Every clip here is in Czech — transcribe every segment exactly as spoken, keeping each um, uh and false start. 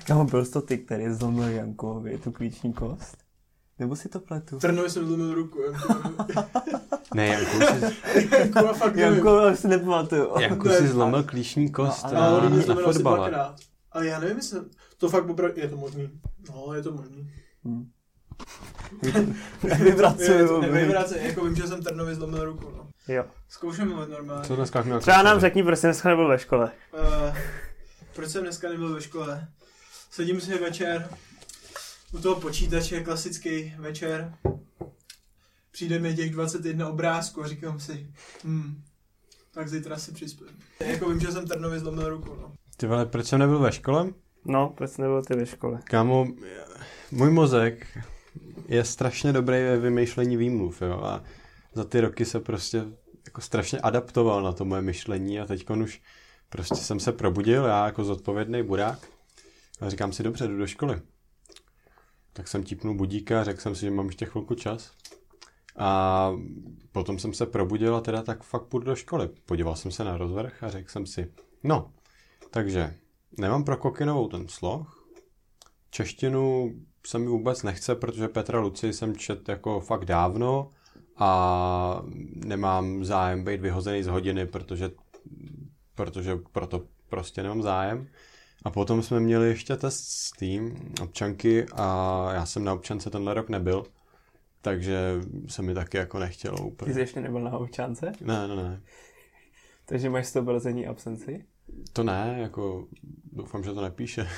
Kámo, byl jsi to ty, který zlomil Jankovi tu klíční kost? Nebo si to pletu? Trnově jsem zlomil ruku. Ne, Janku si... Janku a fakt Janku, já si nepamatuju. Janku si zlomil klíční kost No, na, ale na fotbale. Ale já nevím, jestli... To fakt opravdu... Je to možný. No, je to možný. Hmm. Nevypracuju. Nevypracuju, jako vím, že jsem Trnově zlomil ruku, no. Jo. Zkouším mluvit normálně. Co dneska měl? Třeba nám řekni, proč jsi dneska nebyl ve škole. Uh, proč jsem dneska nebyl ve škole? Sedím si večer u toho počítače, klasický večer. Přijde mi těch dvacet jedna obrázků a říkám si, hm, tak zítra si přispím. Jako vím, že jsem Trnově zlomil ruku, no. Ty vole, proč jsem nebyl ve škole? No, proč jsi nebyl ty ve škole? Kámo, můj mozek je strašně dobrý ve vymýšlení výmluv, jo, a za ty roky se prostě jako strašně adaptoval na to moje myšlení a teďkon už prostě jsem se probudil, já jako zodpovědný budák a říkám si, dobře, jdu do školy. Tak jsem típnul budíka a řekl jsem si, že mám ještě chvilku čas. A potom jsem se probudil a teda tak fakt půjdu do školy. Podíval jsem se na rozvrh a řekl jsem si, no, takže nemám pro Kokinovou ten sloh, češtinu se mi vůbec nechce, protože Petra Luci jsem čet jako fakt dávno a nemám zájem být vyhozený z hodiny, protože, protože proto prostě nemám zájem. A potom jsme měli ještě test s tým občanky a já jsem na občance tenhle rok nebyl, takže se mi taky jako nechtělo úplně. Ty jsi ještě nebyl na občance? Ne, ne, ne. Takže máš sto procent absenci? To ne, jako doufám, že to nepíše.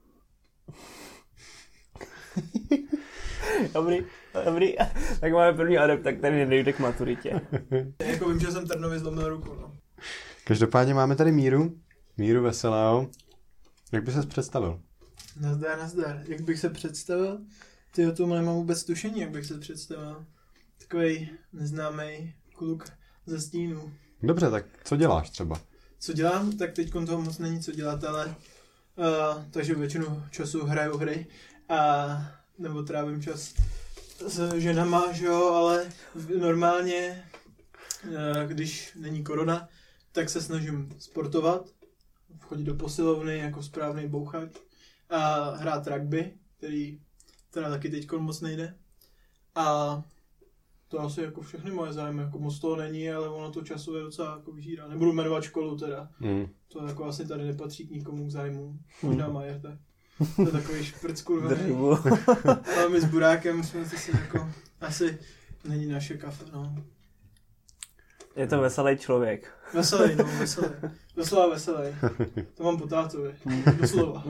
Dobrý, dobrý. Tak máme první adepta, který nedojde k maturitě. Jako vím, že jsem Trnově zlomil ruku, no. Každopádně máme tady Míru. Míru Veselého. Jak by ses představil? Nazdar, nazdar. Jak bych se představil? Ty o tom nemám vůbec tušení, jak bych se představil. Takovej neznámý kluk ze stínu. Dobře, tak co děláš třeba? Co dělám? Tak teď toho moc není co dělat, ale uh, takže většinu času hraju hry a nebo trávím čas s ženama, že jo, ale normálně, uh, když není korona, tak se snažím sportovat, chodit do posilovny jako správný bouchač a hrát rugby, který teda taky teďko moc nejde. A to asi jako všechny moje zájmy, jako moc toho není, ale ono to časově docela jako vyžírá. Nebudu jmenovat školu teda, Mm. to jako asi tady nepatří k nikomu k zájmu, možná Majer, to je takový šprc kurvený. Ale my s Burákem jsme si jako, asi není naše kafe, no. Je to veselý člověk. Veselý, no, veselý. Doslova veselý. To mám po tátovi. Doslova.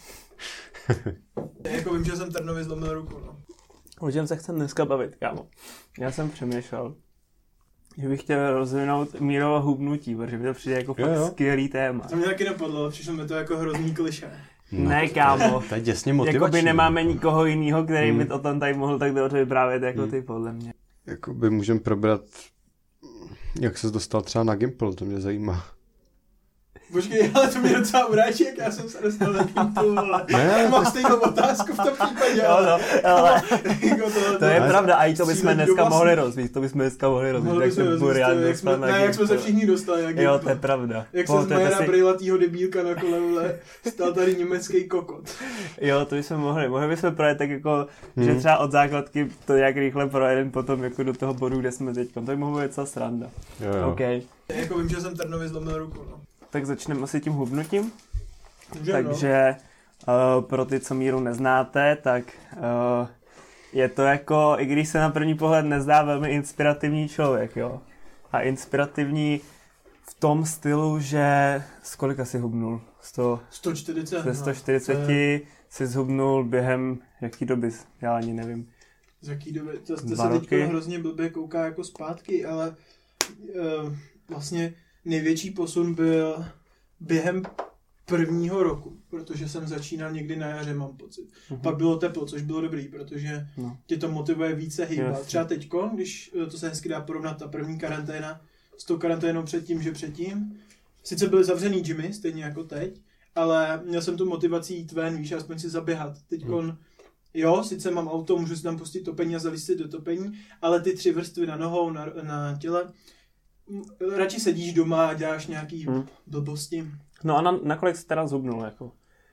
Jako vím, že jsem Trnově zlomil ruku, no. O čem se chcem dneska bavit, kámo? Já jsem přemýšlel, že bych chtěl rozvinout Mírovo hubnutí, protože mi to přijde jako fakt jo, jo. skvělý téma. To mě taky napadlo, přišlo mi to jako hrozný klišé. No, Ne, kámo. To je děsně motivační. Jakoby nemáme nikoho jiného, který Hmm. by o tom tady mohl tak dobře vyprávět jako Hmm. ty, podle mě. Jakoby můžeme probrat, jak ses dostal třeba na Gimple, to mě zajímá. Počkej, ale to mě docela uráčí, jak já jsem se dostal na Gimple, vole. Ne, Mám stejnou otázku v tom případě, Jo, ale... no, ale jako to, to je Ale- pravda, a i to bychom Cílení dneska do mohli vlasti. rozvíjet, to bychom dneska mohli rozvíjet, Mohli jak bychom se rozvíjet, Burian jak jsme, dostal na ne, jak jsme se Gimple. všichni dostali na Gimple. Jo, to je pravda. Jak se z Pamatujete Majera si- brejlatýho debílka na kole, vole, stal tady německý kokot. Jo, to bychom mohli. Mohli bychom projet tak jako, Hmm. že třeba od základky to jak rychle projedeme potom jako do toho bodu, kde jsme teď. To by mohlo být docela sranda. Jo, jo. OK. Jako vím, že jsem Trnově zlomil ruku, no. Tak začneme asi tím hubnutím. Můžeme, no. Takže uh, pro ty, co Míru neznáte, tak uh, je to jako, i když se na první pohled nezdá, velmi inspirativní člověk, jo. A inspirativní v tom stylu, že z kolika si hubnul? sto, sto čtyřicet. ze no. sto čtyřicet To je- si zhubnul během jaký doby? Já ani nevím. Z jaký doby? To, to Dva se roky. teď hrozně blbě kouká jako zpátky, ale uh, vlastně největší posun byl během prvního roku, protože jsem začínal někdy na jaře, mám pocit. Mhm. Pak bylo teplo, což bylo dobrý, protože No. tě to motivuje více hýbat. Jasně. Třeba teďko, když eh, to se hezky dá porovnat, ta první karanténa s tou karanténou předtím, že předtím. Sice byly zavřený gymy, stejně jako teď, ale měl jsem tu motivaci jít ven, víš, aspoň si zaběhat. Teďkon, Hmm. jo, sice mám auto, můžu si tam pustit topení a zavíst si do topení, ale ty tři vrstvy na nohou, na, na těle, m, radši sedíš doma a děláš nějaký Hmm. blbosti. No a na, nakolik jsi teda zhubnul, jako?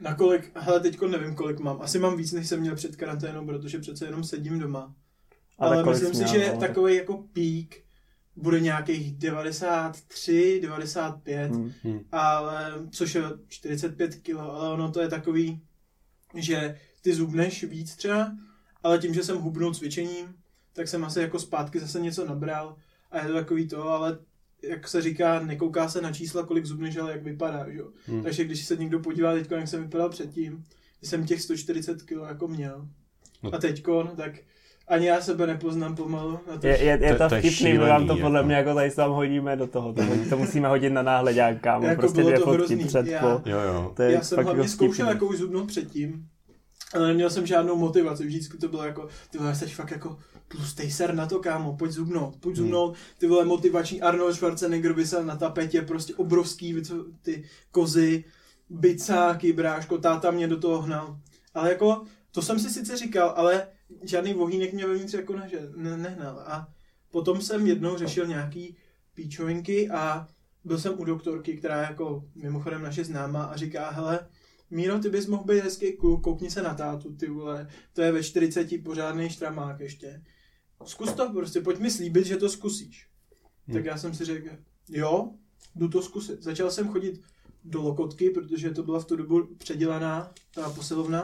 Na kolik, hele, teďko nevím, kolik mám. Asi mám víc, než jsem měl před karanténou, protože přece jenom sedím doma. A ale kolik myslím jsi si, měl, že no? takový jako pík bude nějakých devadesát tři, devadesát pět, Hmm. Hmm. ale, což je čtyřicet pět kilo, ale ono to je takový, že ty zhubneš víc třeba, ale tím, že jsem hubnul cvičením, tak jsem asi jako zpátky zase něco nabral a je to takový to, ale jak se říká, nekouká se na čísla, kolik zubneš, ale jak vypadá, že? Hmm. Takže když se někdo podívá teďko, jak jsem vypadal předtím, když jsem těch sto čtyřicet kilo jako měl. No. A teďko, no, tak ani já sebe nepoznám pomalu. Na to, Je, je, je To- to to je vtipný, my vám to šílený, podle jako. mě jako tady se tam hodíme do toho, to, to musíme hodit na náhleďák, kámo, Jako prostě bylo dvě to fotky hrozný. před Já- po. Jo, jo. To je já jsem fakt hlavně jako zkoušel vtipný. jako už zubnout předtím, ale neměl jsem žádnou motivaci, vždycky to bylo jako, ty vole, jsi fakt jako tlustej ser na to, kámo, pojď zubnout, pojď Hmm. zubnout, ty vole, motivační Arnold Schwarzenegger vysel na tapetě, prostě obrovský, vy co, ty kozy, bicáky, bráško, táta mě do toho hnal, ale jako, to jsem si sice říkal, ale žádný vohýnek mě vevnitř jako neže, ne, nehnal a potom jsem jednou řešil nějaký píčovinky a byl jsem u doktorky, která je jako mimochodem naše známá a říká, hele, Míro, ty bys mohl být hezký kluk, koukni se na tátu, ty vole, to je ve čtyřiceti pořádný štramák ještě. Zkus to prostě, pojď mi slíbit, že to zkusíš. Hmm. Tak já jsem si řekl, jo, jdu to zkusit. Začal jsem chodit do Lokotky, protože to byla v tu dobu předělaná ta posilovna.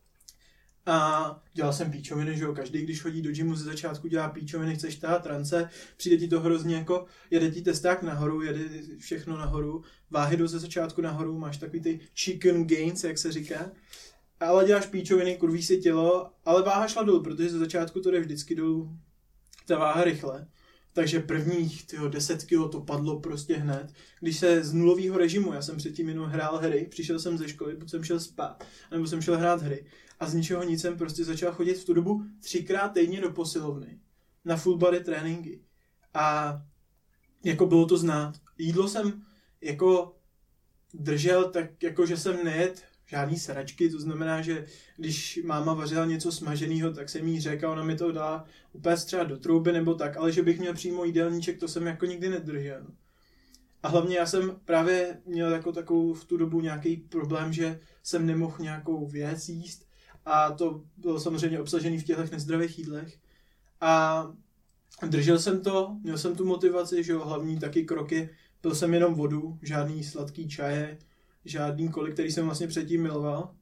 A dělal jsem píčoviny, že jo, každý, když chodí do gymu ze začátku dělá píčoviny, chceš tahat trance, přijde ti to hrozně jako, jede ti testák nahoru, jede všechno nahoru, váhy jdou ze začátku nahoru, máš takový ty chicken gains, jak se říká, ale děláš píčoviny, kurví si tělo, ale váha šla dolů, protože ze začátku to jde vždycky dolů, ta váha rychle. Takže prvních tyjo, deset kilo to padlo prostě hned. Když se z nulového režimu, já jsem předtím jenom hrál hry, přišel jsem ze školy, buď jsem šel spát, nebo jsem šel hrát hry. A z ničeho nic jsem prostě začal chodit v tu dobu třikrát týdně do posilovny. Na full body tréninky. A jako bylo to znát. Jídlo jsem jako držel tak, jako že jsem nejedl žádný sračky, to znamená, že když máma vařila něco smaženého, tak jsem jí řekl, ona mi to dala úplně třeba do trouby nebo tak, ale že bych měl přímo jídelníček, to jsem jako nikdy nedržel. A hlavně já jsem právě měl jako takovou v tu dobu nějaký problém, že jsem nemohl nějakou věc jíst a to bylo samozřejmě obsažený v těchto nezdravých jídlech. A držel jsem to, měl jsem tu motivaci, že jo, hlavní taky kroky, pil jsem jenom vodu, žádný sladký čaje, žádný kolik, který jsem vlastně předtím miloval.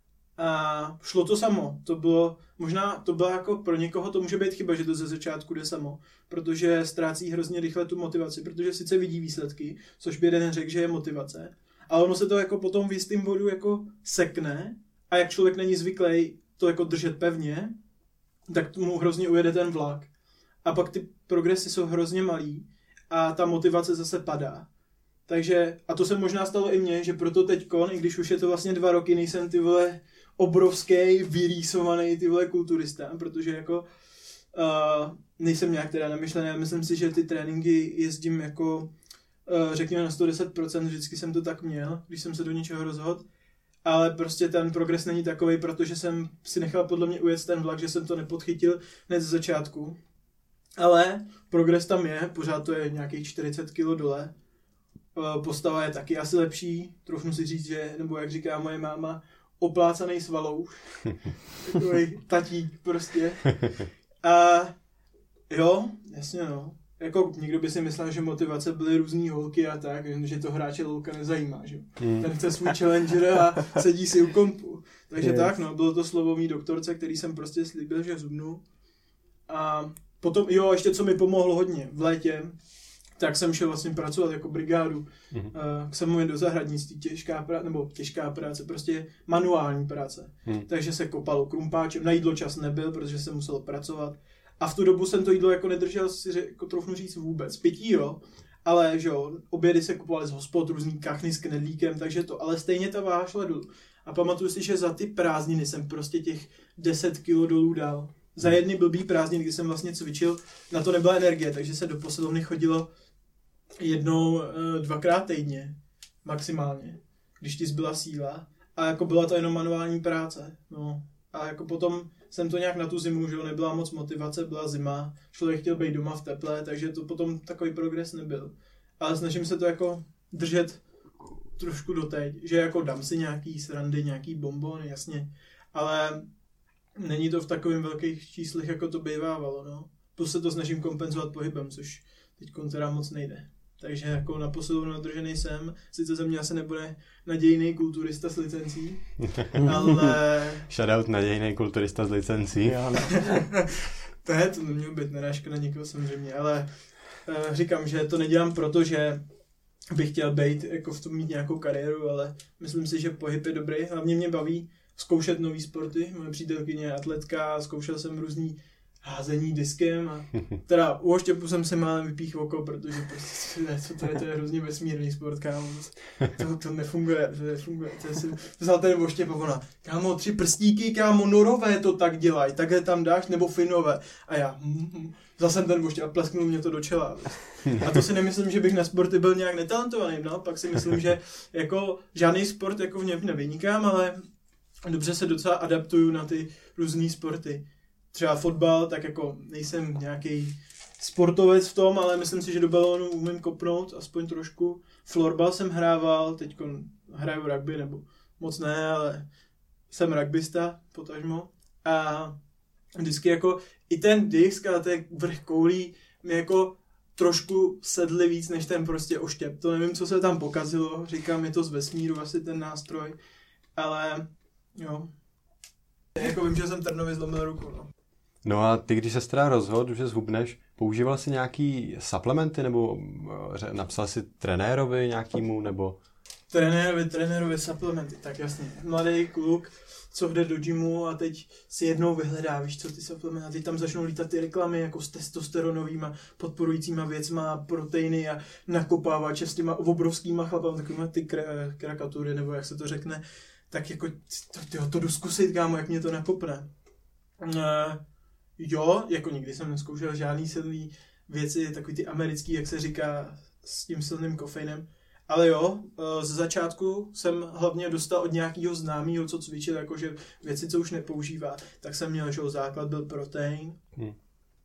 A šlo to samo. To bylo, možná to bylo jako pro někoho, to může být chyba, že to ze začátku jde samo, protože ztrácí hrozně rychle tu motivaci, protože sice vidí výsledky, což by jeden řekl, že je motivace, ale ono se to jako potom v jistým bodu jako sekne a jak člověk není zvyklý to jako držet pevně, tak mu hrozně ujede ten vlak. A pak ty progresy jsou hrozně malý a ta motivace zase padá. Takže, a to se možná stalo i mně, že proto teďkon, i když už je to vlastně dva roky, nejsem ty vole obrovský, vyrýsovaný ty vole kulturista, protože jako uh, nejsem nějak teda namyšlený, myslím si, že ty tréninky jezdím jako uh, řekněme na sto deset procent, vždycky jsem to tak měl, když jsem se do něčeho rozhodl, ale prostě ten progres není takovej, protože jsem si nechal podle mě ujet ten vlak, že jsem to nepodchytil hned ze začátku. Ale progres tam je, pořád to je nějakých čtyřicet kilo dole. Postava je taky asi lepší, troufnu si říct, že, nebo jak říká moje máma, oplácanej svalou. Takový tatík prostě. A jo, jasně no. Jako někdo by si myslel, že motivace byly různý holky a tak, že to hráče lolka nezajímá, že? Mm. Ten chce svůj challenger a sedí si u kompu. Takže yes. tak no, bylo to slovo mý doktorce, který jsem prostě slíbil, že zubnu. A potom, jo, ještě co mi pomohlo hodně, v létě, tak jsem šel vlastně pracovat jako brigádu, mm-hmm. uh, k samovi do zahradnictví, těžká práce, nebo těžká práce, prostě manuální práce. Mm. Takže se kopalo krumpáčem, na jídlo čas nebyl, protože jsem musel pracovat. A v tu dobu jsem to jídlo jako nedržel, si jako trochu říct vůbec. Pití jo, ale že jo, obědy se kupovaly z hospod, různý kachny s knedlíkem, takže to, ale stejně ta váha šla dolů. A pamatuju si, že za ty prázdniny jsem prostě těch deset kilo dolů dal. Za jedny blbý prázdniny, kdy jsem vlastně cvičil, na to nebyla energie, takže se do posilovny chodilo jednou, dvakrát týdně, maximálně, když ti zbyla síla. A jako byla to jenom manuální práce, no. A jako potom jsem to nějak na tu zimu, že jo, nebyla moc motivace, byla zima, člověk chtěl být doma v teple, takže to potom takový progres nebyl. Ale snažím se to jako držet trošku doteď, že jako dám si nějaký srandy, nějaký bonbony, jasně, ale není to v takovým velkých číslech, jako to bývávalo, no. Plus se to snažím kompenzovat pohybem, což teď teda moc nejde. Takže jako na posilu nadržený jsem, sice ze mě asi nebude nadějný kulturista s licencí, ale... Shoutout nadějný kulturista s licencí. Jo, no. To je, to nemělo být narážka na někoho samozřejmě, ale uh, říkám, že to nedělám proto, že bych chtěl být, jako v tom mít nějakou kariéru, ale myslím si, že pohyb je dobrý. Hlavně mě baví zkoušet nový sporty. Moje přítelkyně je atletka, zkoušel jsem různý házení diskem a teda u oštěpu jsem se málem vypích oko, protože prostě ne, co to je, to je hrozně vesmírný sport, kámo. To, to nefunguje, to nefunguje. To si vzal ten oštěp a ona, kámo, tři prstíky, kámo, norové to tak dělají, takhle tam dáš, nebo finové. A já, mm, vzal jsem ten oštěp a plesknul mě to do čela. A to si nemyslím, že bych na sporty byl nějak netalentovaný, no, pak si myslím, že jako žádný sport jako v něm nevynikám, ale dobře se docela adaptuju na ty různý sporty. Třeba fotbal, tak jako nejsem nějaký sportovec v tom, ale myslím si, že do balónu umím kopnout, aspoň trošku. Florbal jsem hrával, teď hraju rugby, nebo moc ne, ale jsem rugbysta, potažmo. A vždycky jako i ten disk a ten vrch koulí mi jako trošku sedli víc než ten prostě oštěp. To nevím, co se tam pokazilo, říkám, je to z vesmíru asi ten nástroj, ale jo. Jako vím, že jsem Trnovi zlomil ruku, no. No a ty, když se teda rozhodl, že zhubneš, používal jsi nějaký suplementy, nebo napsal si trenérovi nějakýmu, nebo... Trenérovi, trenérovi suplementy, tak jasně. Mladý kluk, co jde do gymu a teď si jednou vyhledá, víš co, ty supplementy, a teď tam začnou lítat ty reklamy jako s testosteronovýma podporujícíma věcma, proteiny a nakopávače s těma obrovskýma chlapama, takovýma ty kre, krakatury, nebo jak se to řekne, tak jako to, to, to jdu zkusit, kámo, jak mě to nakopne. Uh, Jo, jako nikdy jsem neskoušel žádný silný věci, takový ty americký, jak se říká, s tím silným kofeinem. Ale jo, ze začátku jsem hlavně dostal od nějakého známého, co cvičil, jakože věci, co už nepoužívá. Tak jsem měl, že základ byl protein. Hmm.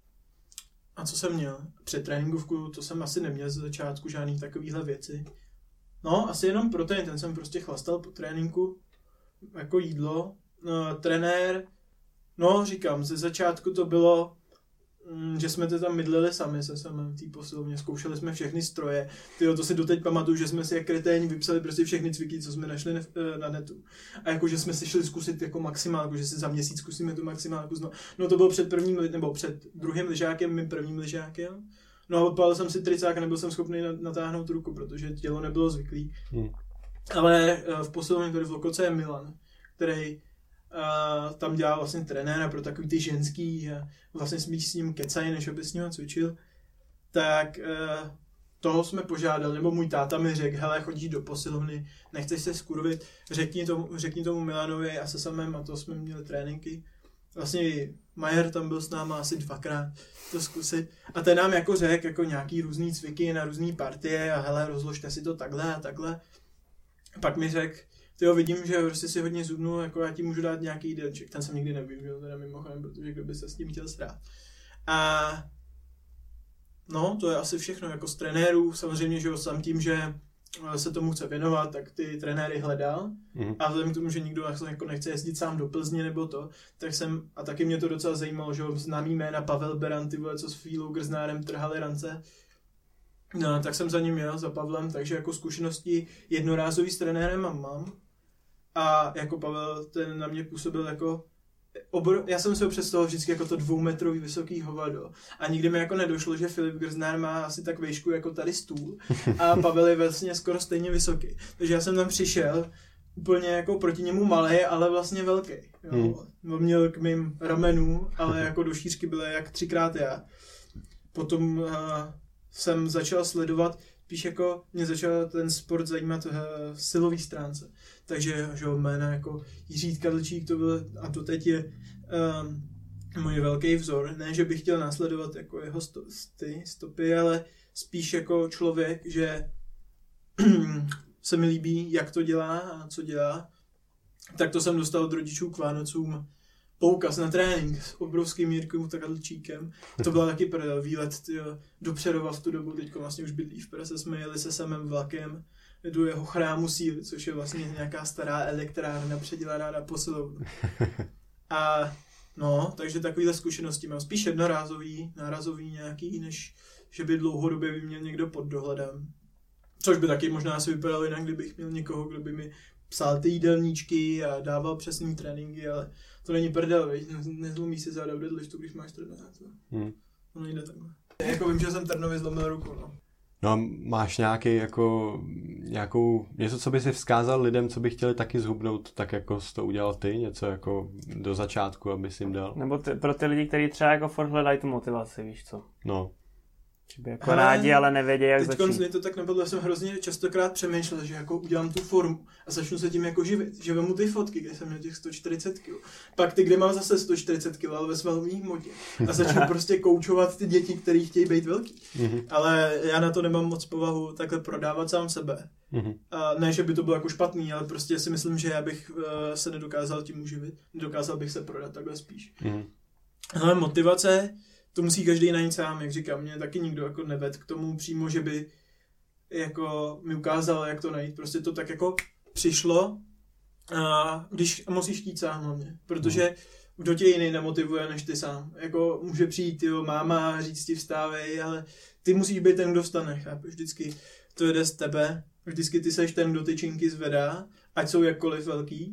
A co jsem měl? Před tréninkovku, to jsem asi neměl ze začátku žádný takovýhle věci. No, asi jenom protein, ten jsem prostě chlastal po tréninku, jako jídlo. No, trenér, no, říkám, ze začátku to bylo, že jsme to tam mydlili sami se samým v té posilovně, zkoušeli jsme všechny stroje. Tyjo, to si doteď pamatuju, že jsme si jak kreténi vypsali prostě všechny cviky, co jsme našli na netu. A jako, že jsme si šli zkusit jako maximálku, že si za měsíc zkusíme tu maximálku. No, no to bylo před prvním, nebo před druhým lyžákem, mým prvním lyžákem. No a odpálil jsem si tricák a nebyl jsem schopný natáhnout ruku, protože tělo nebylo zvyklý. Hmm. Ale v posilovně tady v Lokoce je Milan, který Uh, tam dělal vlastně trenéra pro takový ty ženský a vlastně spíš s ním kecají, než aby s ním cvičil. Tak uh, toho jsme požádali, nebo můj táta mi řekl, hele, chodíš do posilovny, nechceš se skurvit, řekni tomu, řekni tomu Milanovi a se samém, a to jsme měli tréninky. Vlastně Majer tam byl s náma asi dvakrát to zkusit a ten nám jako řekl jako nějaký různý cviky na různý partie a hele, rozložte si to takhle a takhle. Pak mi řekl, tyjo, vidím, že prostě si hodně zubnu, jako já ti můžu dát nějaký jídelček. Ten jsem nikdy nevyužil, teda mimochodem, protože kdo by se s tím chtěl srát. A no, to je asi všechno, jako z trenérů, samozřejmě, že sám tím, že se tomu chce věnovat, tak ty trenéry hledal. Mm. A vzhledem k tomu, že nikdo jako nechce jezdit sám do Plzně nebo to, tak jsem, a taky mě to docela zajímalo, že známý jména Pavel Beran, ty vole, co s Fílou Grznárem trhali rance. No, tak jsem za ním jel, za Pavlem, takže jako zkušenosti jednorázový s trenérem mám. mám. A jako Pavel, ten na mě působil jako obor... Já jsem si ho představil vždycky jako to dvoumetrový vysoký hovado. A nikdy mi jako nedošlo, že Filip Grznár má asi tak výšku jako tady stůl. A Pavel je vlastně skoro stejně vysoký. Takže já jsem tam přišel úplně jako proti němu malý, ale vlastně velký. Jo. Hmm. On měl k mým ramenům, ale jako do šířky byl jak třikrát já. Potom uh, jsem začal sledovat, spíš jako mě začal ten sport zajímat uh, v silové stránce. Takže že jména jako Jiří Kadlčík to byl, a to teď je um, můj velký vzor. Ne, že bych chtěl následovat jako jeho sto, ty stopy, ale spíš jako člověk, že se mi líbí, jak to dělá a co dělá. Tak to jsem dostal od rodičů k Vánocům poukaz na trénink s obrovským Jirkou Kadlčíkem. To byla taky výlet tyjo, do Přerova v tu dobu, teďko vlastně už bydlí v Praze, jsme jeli se samým vlakem do jeho chrámu síly, což je vlastně nějaká stará elektrárna předělaná na posilovnu. A no, takže takovýhle zkušenosti mám. Spíš jednorázový, nárazový nějaký, než že by dlouhodobě by měl někdo pod dohledem. Což by taky možná asi vypadalo jinak, kdybych měl někoho, kdo by mi psal ty jídelníčky a dával přesný tréninky, ale to není prdel, veď? Nezlomí si záda v deadliftu, když máš trénovat. Hmm. To nejde takhle. Jako vím, že jsem Trnovi zlomil ruku, no. No a máš nějaký jako, nějakou, něco, co by si vzkázal lidem, co by chtěli taky zhubnout, tak jako jsi to udělal ty, něco jako do začátku, aby jsi jim dal? Nebo ty, pro ty lidi, kteří třeba jako furt hledají tu motivaci, víš co? No. Že by jako rádi, ale nevědí, jak teď začít. Teď to tak napadlo, jsem hrozně častokrát přemýšlel, že jako udělám tu formu a začnu se tím jako živit. Že vemu ty fotky, kde jsem měl těch sto čtyřicet kilogramů. Pak ty, kde mám zase sto čtyřicet kilogramů, ale ve svalovní hmotě. A začnu prostě koučovat ty děti, které chtějí být velký. Mm-hmm. Ale já na to nemám moc povahu takhle prodávat sám sebe. Mm-hmm. A ne, že by to bylo jako špatný, ale prostě si myslím, že já bych uh, se nedokázal tím uživit. Nedokázal bych se prodat takhle spíš. Mm-hmm. Ale motivace, to musí každý najít sám, jak říkám, mě taky nikdo jako neved k tomu přímo, že by jako mi ukázal, jak to najít. Prostě to tak jako přišlo a když a musíš chtít sám hlavně, protože kdo tě jiný nemotivuje než ty sám. Jako může přijít jo, máma a říct ti vstávej, ale ty musíš být ten, kdo vstane, chápeš? Vždycky to jde z tebe, vždycky ty seš ten, kdo ty činky zvedá, ať jsou jakkoliv velký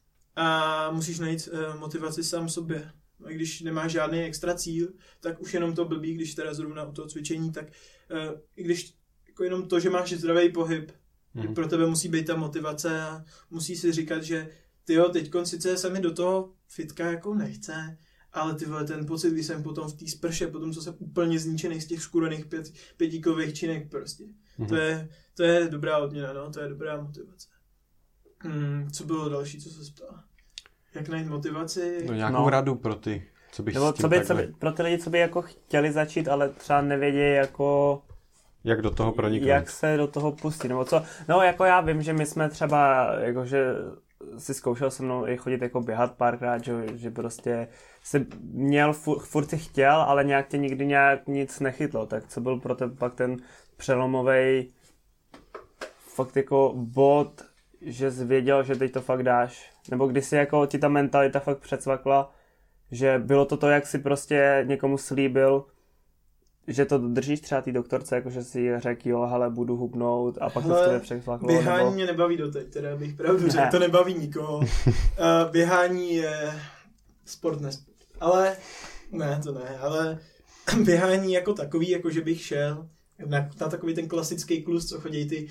a musíš najít uh, motivaci sám sobě. A když nemáš žádný extra cíl, tak už jenom to blbý, když teda zrovna u toho cvičení, tak uh, i když jako jenom to, že máš zdravý pohyb, mm. pro tebe musí být ta motivace a musí si říkat, že tyjo, teďkon sice se mi do toho fitka jako nechce, ale ty vole, ten pocit, když jsem potom v té sprše, potom co jsem úplně zničený z těch skurených pět, pětíkových činek prostě. Mm. To je, to je dobrá odměna, no, to je dobrá motivace. Hmm, co bylo další, co se ptala? Jak najít motivaci? No, nějakou no. radu pro ty, co bych Nebo s tím co by, takhle... co by, pro ty lidi, co by jako chtěli začít, ale třeba nevědějí jako... Jak do toho proniknout. Jak se do toho pustit, nebo co. No jako já vím, že my jsme třeba, jakože si zkoušel se mnou i chodit jako běhat párkrát, že, že prostě jsi měl, furt, furt si chtěl, ale nějak tě nikdy nějak nic nechytlo. Tak co byl pro tebe pak ten přelomovej fakt jako bod, že jsi věděl, že teď to fakt dáš? Nebo když si jako ti ta mentalita fakt předsvakla, že bylo to to, jak si prostě někomu slíbil, že to dodržíš třeba té doktorce, jakože si řekl, jo, hele, budu hubnout a pak hele, to v tebe přesvaklo. Běhání nebo... mě nebaví doteď, teda bych pravdu řekl, ne. To nebaví nikoho. uh, běhání je sport, nesport. Ale, ne, to ne, ale běhání jako takový, jako že bych šel na, na takový ten klasický klus, co chodí ty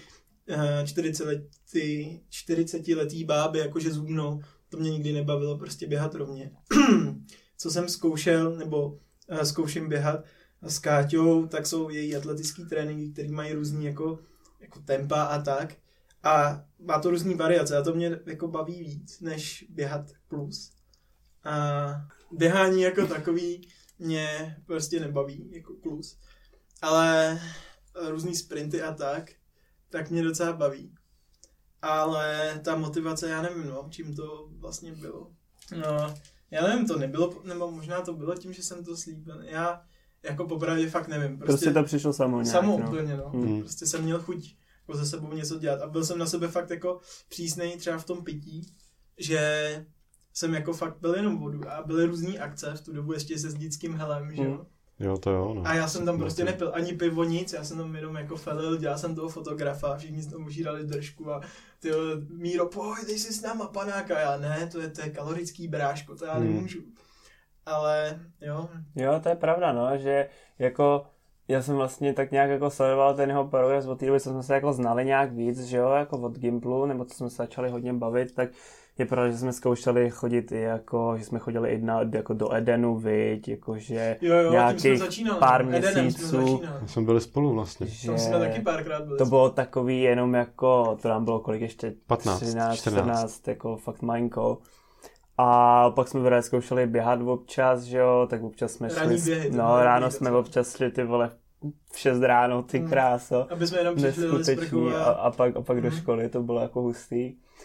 čtyřicetiletý báby, jakože zubnou, to mě nikdy nebavilo prostě běhat rovně. Co jsem zkoušel, nebo uh, zkouším běhat s Káťou, tak jsou její atletický tréninky, které mají různý jako, jako tempa a tak. A má to různý variace a to mě jako baví víc, než běhat plus. A běhání jako takový mě prostě nebaví, jako plus. Ale různý sprinty a tak, tak mě docela baví. Ale ta motivace, já nevím, no, čím to vlastně bylo. No, já nevím, to nebylo, nebo možná to bylo tím, že jsem to slíbil. Já jako popravdě fakt nevím. Prostě, prostě to přišlo samo nějak. Samo no. úplně, no. Hmm. Prostě jsem měl chuť jako ze sebou něco dělat. A byl jsem na sebe fakt jako přísnej třeba v tom pití, že jsem jako fakt byl jenom vodu a byly různý akce v tu dobu ještě se sdíckým helem, že jo. Hmm. Jo, to jo, no. A já jsem tam prostě nepil ani pivo, nic, já jsem tam jenom jako felil, dělal jsem toho fotografa, všichni tam užírali držku a ty Míro, pojď, dej si s náma panáka, já ne, to je, to je kalorický bráško, to já hmm. nemůžu. Ale jo. Jo, to je pravda, no, že jako já jsem vlastně tak nějak jako sledoval ten jeho progres od té doby, co jsme se jako znali nějak víc, že jo, jako od Gimplu, nebo co jsme se začali hodně bavit, tak je pravda, že jsme zkoušeli chodit i jako, že jsme chodili i na, jako do Edenu, viď, jakože jo, jo, nějakých pár měsíců. Jsme, jsme byli spolu vlastně. Tam jsme taky párkrát byli. To bylo takový jenom jako, to nám bylo kolik ještě? patnáct, třináct, čtrnáct, jako fakt malinko. A pak jsme vrát zkoušeli běhat občas, že jo, tak občas jsme šli, běhy, no ráno jsme občas šli ty vole v šest ráno, ty kráso. Aby jsme jenom přišli a, a pak, a pak hmm. do školy, to bylo jako hustý.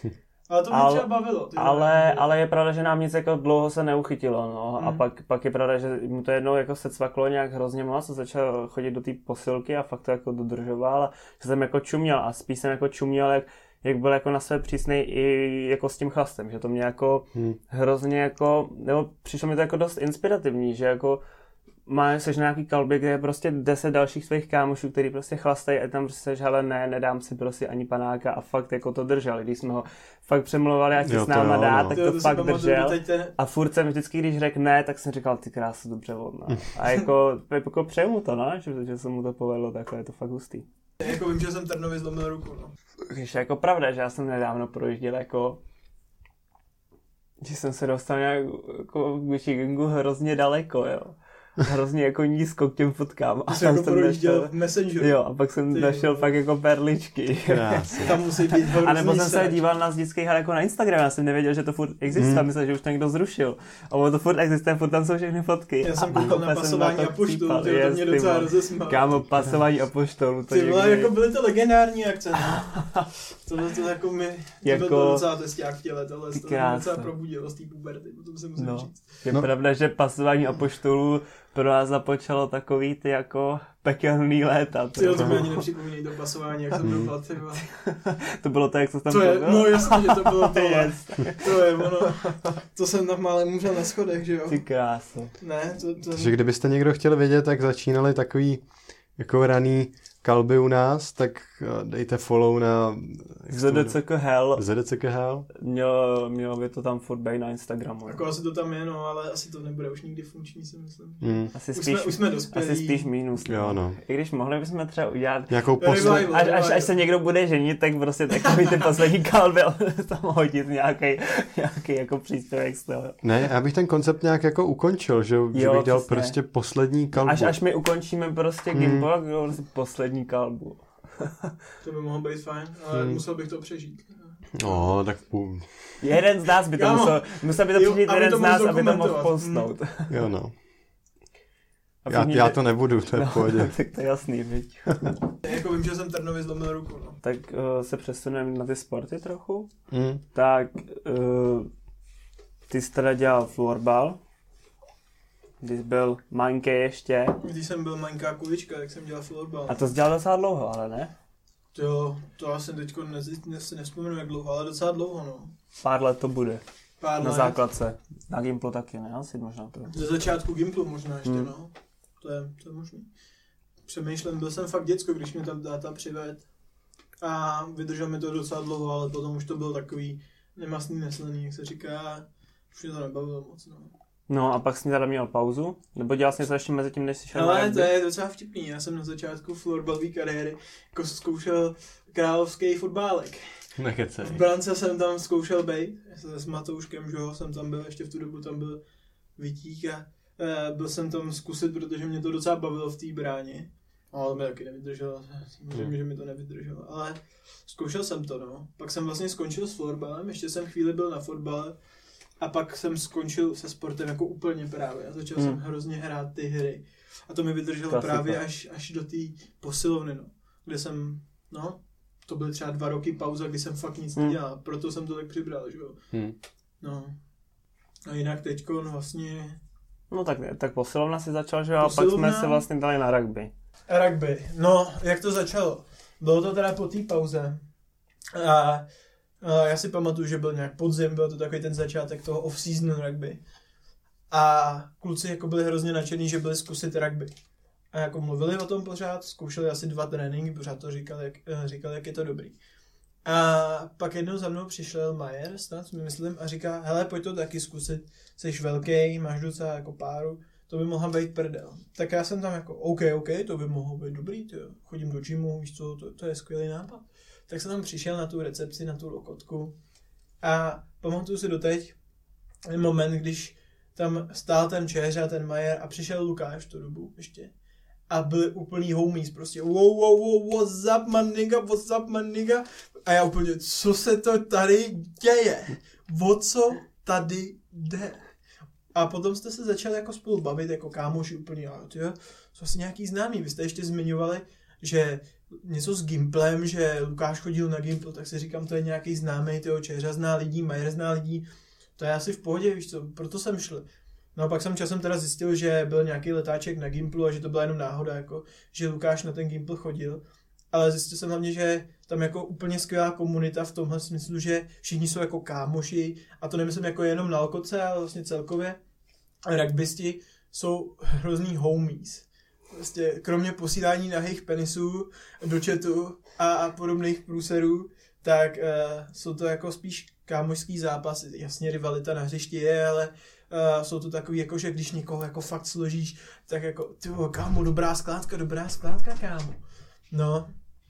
Ale to mě ale, třeba bavilo. Ty ale, ale je pravda, že nám nic jako dlouho se neuchytilo, no. Hmm. A pak, pak je pravda, že mu to jednou jako se cvaklo nějak hrozně moc a začal chodit do té posilky a fakt to jako dodržoval a že jsem jako čuměl a spíš jsem jako čuměl, jak, jak byl jako na své přísnej i jako s tím chlastem, že to mě jako hmm. hrozně jako, nebo přišlo mi to jako dost inspirativní, že jako máš seš nějaký kalby, kde je prostě deset dalších svých kámošů, který prostě chlastají a tam prostě seš, hele ne, nedám si prostě ani panáka a fakt jako to držel. Když jsme ho fakt přemluvali, ať s náma dá, no. tak to, to fakt držel. Ten... A furt jsem vždycky, když řekl ne, tak jsem říkal, ty krásu, dobře vodná. A jako, jako přeju mu to, no, že, že se mu to povedlo, takhle je to fakt hustý. Jako vím, že jsem Trnovi zlomil ruku, no. Když je jako pravda, že já jsem nedávno projížděl jako že jsem se dostal nějak jako k Michiganu hrozně daleko, jo. Hrozně jako nízko k těm fotkám. A jsem jako projížděl v Messengeru. Jo, a pak jsem Ty, našel jo. fakt jako perličky. Tam musí být a nebo jsem se díval na dětský her jako na Instagram, já jsem nevěděl, že to furt existuje, hmm. myslel, že už to někdo zrušil. A ono to furt existuje, furt tam jsou všechny fotky. Já jsem koukal na pasování apoštolů, to je, mě docela rozesmál. Kámo, pasování apoštolů. Ty vole, jako byly to legendární akce. Tohle to jako mi, jako... to byl docela testák v těle, tohle to mě docela probudilo z té puberty, potom se musím říct. Je pravda, že pasování apoštolů pro nás započalo takový ty jako pekelný léta. Ty to mi ani nepřipomínej to pasování, jak jsem dopadl, ty vole. To bylo to, jak jsi tam to je, no jasně, že to bylo to. Yes. To je ono. To jsem tam málem umřel na schodech, že jo. Ty kráso. Ne, to... to... Takže kdybyste někdo chtěl vědět, jak začínali takový jako raný kalby u nás, tak dejte follow na Z D C K Hell. Z D C K Hell. Mělo, mělo by to tam furt být na Instagramu. Jako asi to tam je, no, ale asi to nebude už nikdy funkční, si myslím. Mm. Asi už, spíš, jsme, už jsme dospělí. Asi spíš mínus. Jo, no. I když mohli bychom třeba udělat... Nějakou poslední... Až, až, až se někdo bude ženit, tak prostě takový ty poslední kalby tam hodit nějaký, nějaký jako příspěvek z toho. Ne, já bych ten koncept nějak jako ukončil, že, jo, že bych dal přesně. Prostě poslední kalbu. Až, až my ukončíme prostě hmm. Gimbal, prostě poslední kalbu. To by mohlo být fajn, ale hmm. musel bych to přežít. No, tak půl. Jeden z nás by to musel, musel by to přežít jeden z nás, aby to mohl postnout. Hmm. Jo, no. Já, já to nebudu, to je no, v pohodě. Tak to je jasný, viď. Jako vím, že jsem Trnovi zlomil ruku, no. Tak uh, se přesuneme na ty sporty trochu. Hmm. Tak uh, ty jsi teda dělal florbal. Když byl maňký ještě. Když jsem byl maňká kulička, tak jsem dělal florbal. A to jsi dělal docela dlouho, ale ne? Jo, to já jsem teďko ne, ne, si nevzpomenu jak dlouho, ale docela dlouho, no. Pár let to bude. Pár na let. základce. Na Gimplu taky, ne? Asi možná to. Ze začátku Gimplu možná ještě, hmm. no. To je, to je možný. Přemýšlím, byl jsem fakt děcko, když mě tam táta přived. A vydržel mi to docela dlouho, ale potom už to bylo takový nemastný, neslaný, jak se říká. Už mě to nebavilo moc, no. No a pak jsi teda měl pauzu? Nebo dělal jsi něco ještě mezi tím, než jsi šel ale na rugby? to je docela vtipný. Já jsem na začátku florbalové kariéry jako zkoušel královský fotbálek. Nekecej. V brance jsem tam zkoušel bejt. S Matouškem, že jo, jsem tam byl, ještě v tu dobu tam byl Vitík a e, byl jsem tam zkusit, protože mě to docela bavilo v té bráně. Ale to mi taky nevydrželo, samozřejmě, hmm. že mi to nevydrželo, ale zkoušel jsem to, no. Pak jsem vlastně skončil s florbalem, ještě jsem chvíli byl na fotbale a pak jsem skončil se sportem jako úplně právě a začal hmm. jsem hrozně hrát ty hry. A to mi vydrželo Klasika. právě až, až do té posilovny, no. Kde jsem, no, to byly třeba dva roky pauza, kdy jsem fakt nic hmm. nedělal, proto jsem to tak přibral, že jo. Hmm. No. A jinak teďko no vlastně... No tak, tak posilovna si začal, že jo, a pak jsme se vlastně dali na rugby. Rugby, no, jak to začalo? Bylo to teda po té pauze. A, a já si pamatuju, že byl nějak podzim, byl to takový ten začátek toho off-season rugby. A kluci jako byli hrozně nadšení, že byli zkusit rugby. A jako mluvili o tom pořád, zkoušeli asi dva tréninky, pořád to říkali, jak, říkali, jak je to dobrý. A pak jednou za mnou přišel Majer, snad mi myslím, a říká, hele, pojď to taky zkusit, jsi velký, máš docela jako páru, to by mohla být prdel. Tak já jsem tam jako, OK, OK, to by mohlo být dobrý, tyjo. Chodím do gymu, víš co, to, to je skvělý nápad. Tak jsem tam přišel na tu recepci, na tu lokotku a pamatuju si doteď moment, když tam stál ten Čeřa, ten Majer a přišel Lukáš v tu dobu ještě. A byli úplný homies, prostě wow, wow, wow, what's up, man nigga, what's up, man nigga. A já úplně, co se to tady děje? O co tady jde? A potom jste se začali jako spolu bavit, jako kámoši úplně, a tyjo, jsou asi nějaký známí. Vy jste ještě zmiňovali, že něco s Gimplem, že Lukáš chodil na Gimpl, tak si říkám, to je nějaký známý, tyho Čeřa zná lidí, Majer zná lidí, to je asi v pohodě, víš co, proto jsem šel. No a pak jsem časem teda zjistil, že byl nějaký letáček na Gimplu a že to byla jenom náhoda, jako, že Lukáš na ten Gimpl chodil. Ale zjistil jsem hlavně, že tam jako úplně skvělá komunita v tomhle smyslu, že všichni jsou jako kámoši a to nemyslím jako jenom na Lkoce, ale vlastně celkově rugbysti jsou hrozný homies. Vlastně kromě posílání nahých penisů do chatu a, a podobných průserů, tak uh, jsou to jako spíš kámošský zápas, jasně rivalita na hřišti je, ale uh, jsou to takový jako, že když někoho jako fakt složíš, tak jako, tyvo, kámo, dobrá skládka, dobrá skládka, kámo. No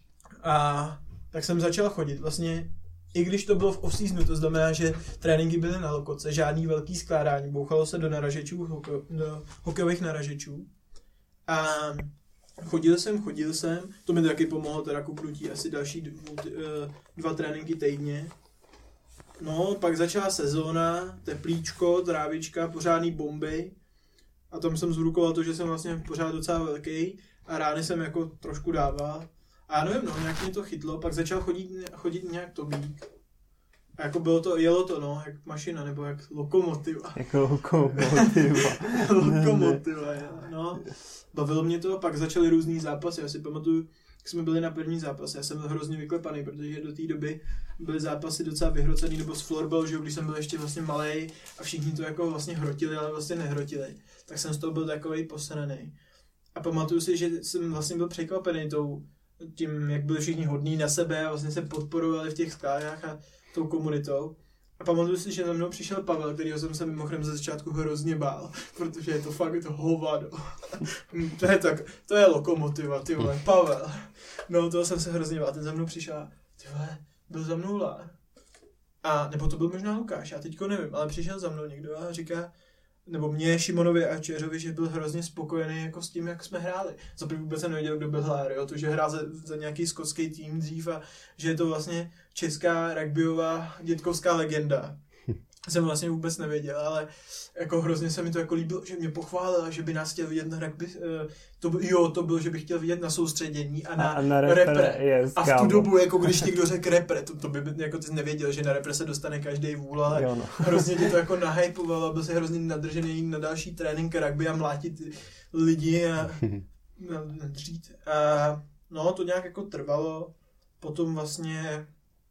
a tak jsem začal chodit, vlastně i když to bylo v off-seasonu, to znamená, že tréninky byly na Lkoce, žádný velký skládání, bouchalo se do naražečů, hokej, do hokejových naražečů. A chodil jsem, chodil jsem, to mi taky pomohlo teda kouknutí asi další dvou, dva tréninky týdně. No, pak začala sezóna, teplíčko, trávička, pořádný bomby a tam jsem zrukoval to, že jsem vlastně pořád docela velký a rány jsem jako trošku dával. A já nevím, no, nějak mě to chytlo, pak začal chodit, chodit nějak Tobík. A jako bylo to, jelo to, no, jak mašina, nebo jak lokomotiva. Jako lokomotiva. Lokomotiva, no. Bavilo mě to, pak začaly různý zápasy, já si pamatuju, jak jsme byli na první zápas, já jsem byl hrozně vyklepaný, protože do té doby byly zápasy docela vyhrocený, nebo s florbal, že když jsem byl ještě vlastně malej a všichni to jako vlastně hrotili, ale vlastně nehrotili, tak jsem z toho byl takovej posranej. A pamatuju si, že jsem vlastně byl překvapený tou, tím, jak byli všichni hodní na sebe a vlastně se podporovali v těch skládách a tou komunitou. A pamatuju si, že za mnou přišel Pavel, kterýho jsem se mimochodem ze začátku hrozně bál, protože je to fakt to hovado. to je tak, to je lokomotiva, ty vole, Pavel. No, toho jsem se hrozně bál, ten za mnou přišel, ty vole, byl za mnou Lár. A, nebo to byl možná Lukáš, já teďko nevím, ale přišel za mnou někdo a říká, nebo mě, Šimonovi a Čeřovi, že byl hrozně spokojený jako s tím, jak jsme hráli. Za první vůbec jsem nevěděl, kdo byl Hlár, jo? To, že hrál za, za nějaký skotský tým dřív a že je to vlastně česká rugbyová dětkovská legenda. Jsem vlastně vůbec nevěděl, ale jako hrozně se mi to jako líbilo, že mě pochválil, že by nás chtěl vidět na rugby, to byl, jo, to bylo, že bych chtěl vidět na soustředění a na, a na repre. repre. Yes, a v tu kámo. dobu, jako když někdo řekl repre, to, to by jako ty nevěděl, že na repre se dostane každý vůl, ale jo, no. Hrozně tě to jako nahypovalo, byl se hrozně nadržený na další trénink rugby a mlátit lidi a nadřít. A no, to nějak jako trvalo, potom vlastně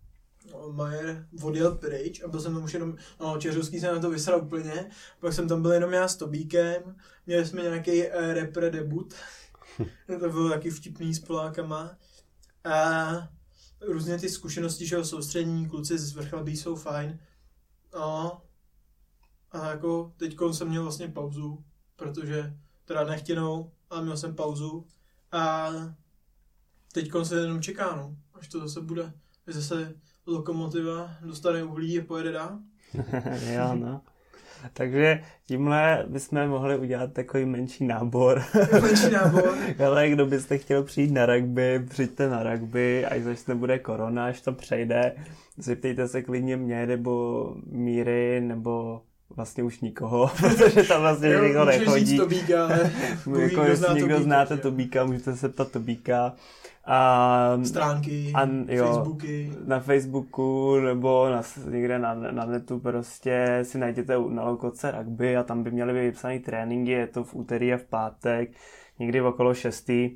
Majer odjel pryč a byl jsem tam už jenom, no Čeřovský se na to vysral úplně, pak jsem tam byl jenom já s Tobíkem, měli jsme nějaký uh, repre debut, to bylo taky vtipný s Polákama a různě ty zkušenosti, že soustřední kluci z Vrchlabí jsou fajn, no a jako teďko jsem měl vlastně pauzu, protože teda nechtěnou, ale měl jsem pauzu a teďko se jenom čeká, no, až to zase bude, zase lokomotiva dostane uhlí a pojede dál. Jo, no. Takže tímhle bychom mohli udělat takový menší nábor. Menší nábor. Ale kdo byste chtěl přijít na rugby, přijďte na rugby, až začne bude korona, až to přejde. Zeptejte se klidně mě, nebo Míry, nebo vlastně už nikoho, protože tam vlastně jo, nikdo nechodí. Tobíka, ale jako jestli někdo znáte Tobíka, můžete se ptat Tobíka. A, stránky, a, jo, Facebooky. Na Facebooku nebo na, někde na, na netu prostě si najděte na Lkoce rugby a tam by měly být vypsané tréninky, je to v úterý a v pátek, někdy okolo šestý.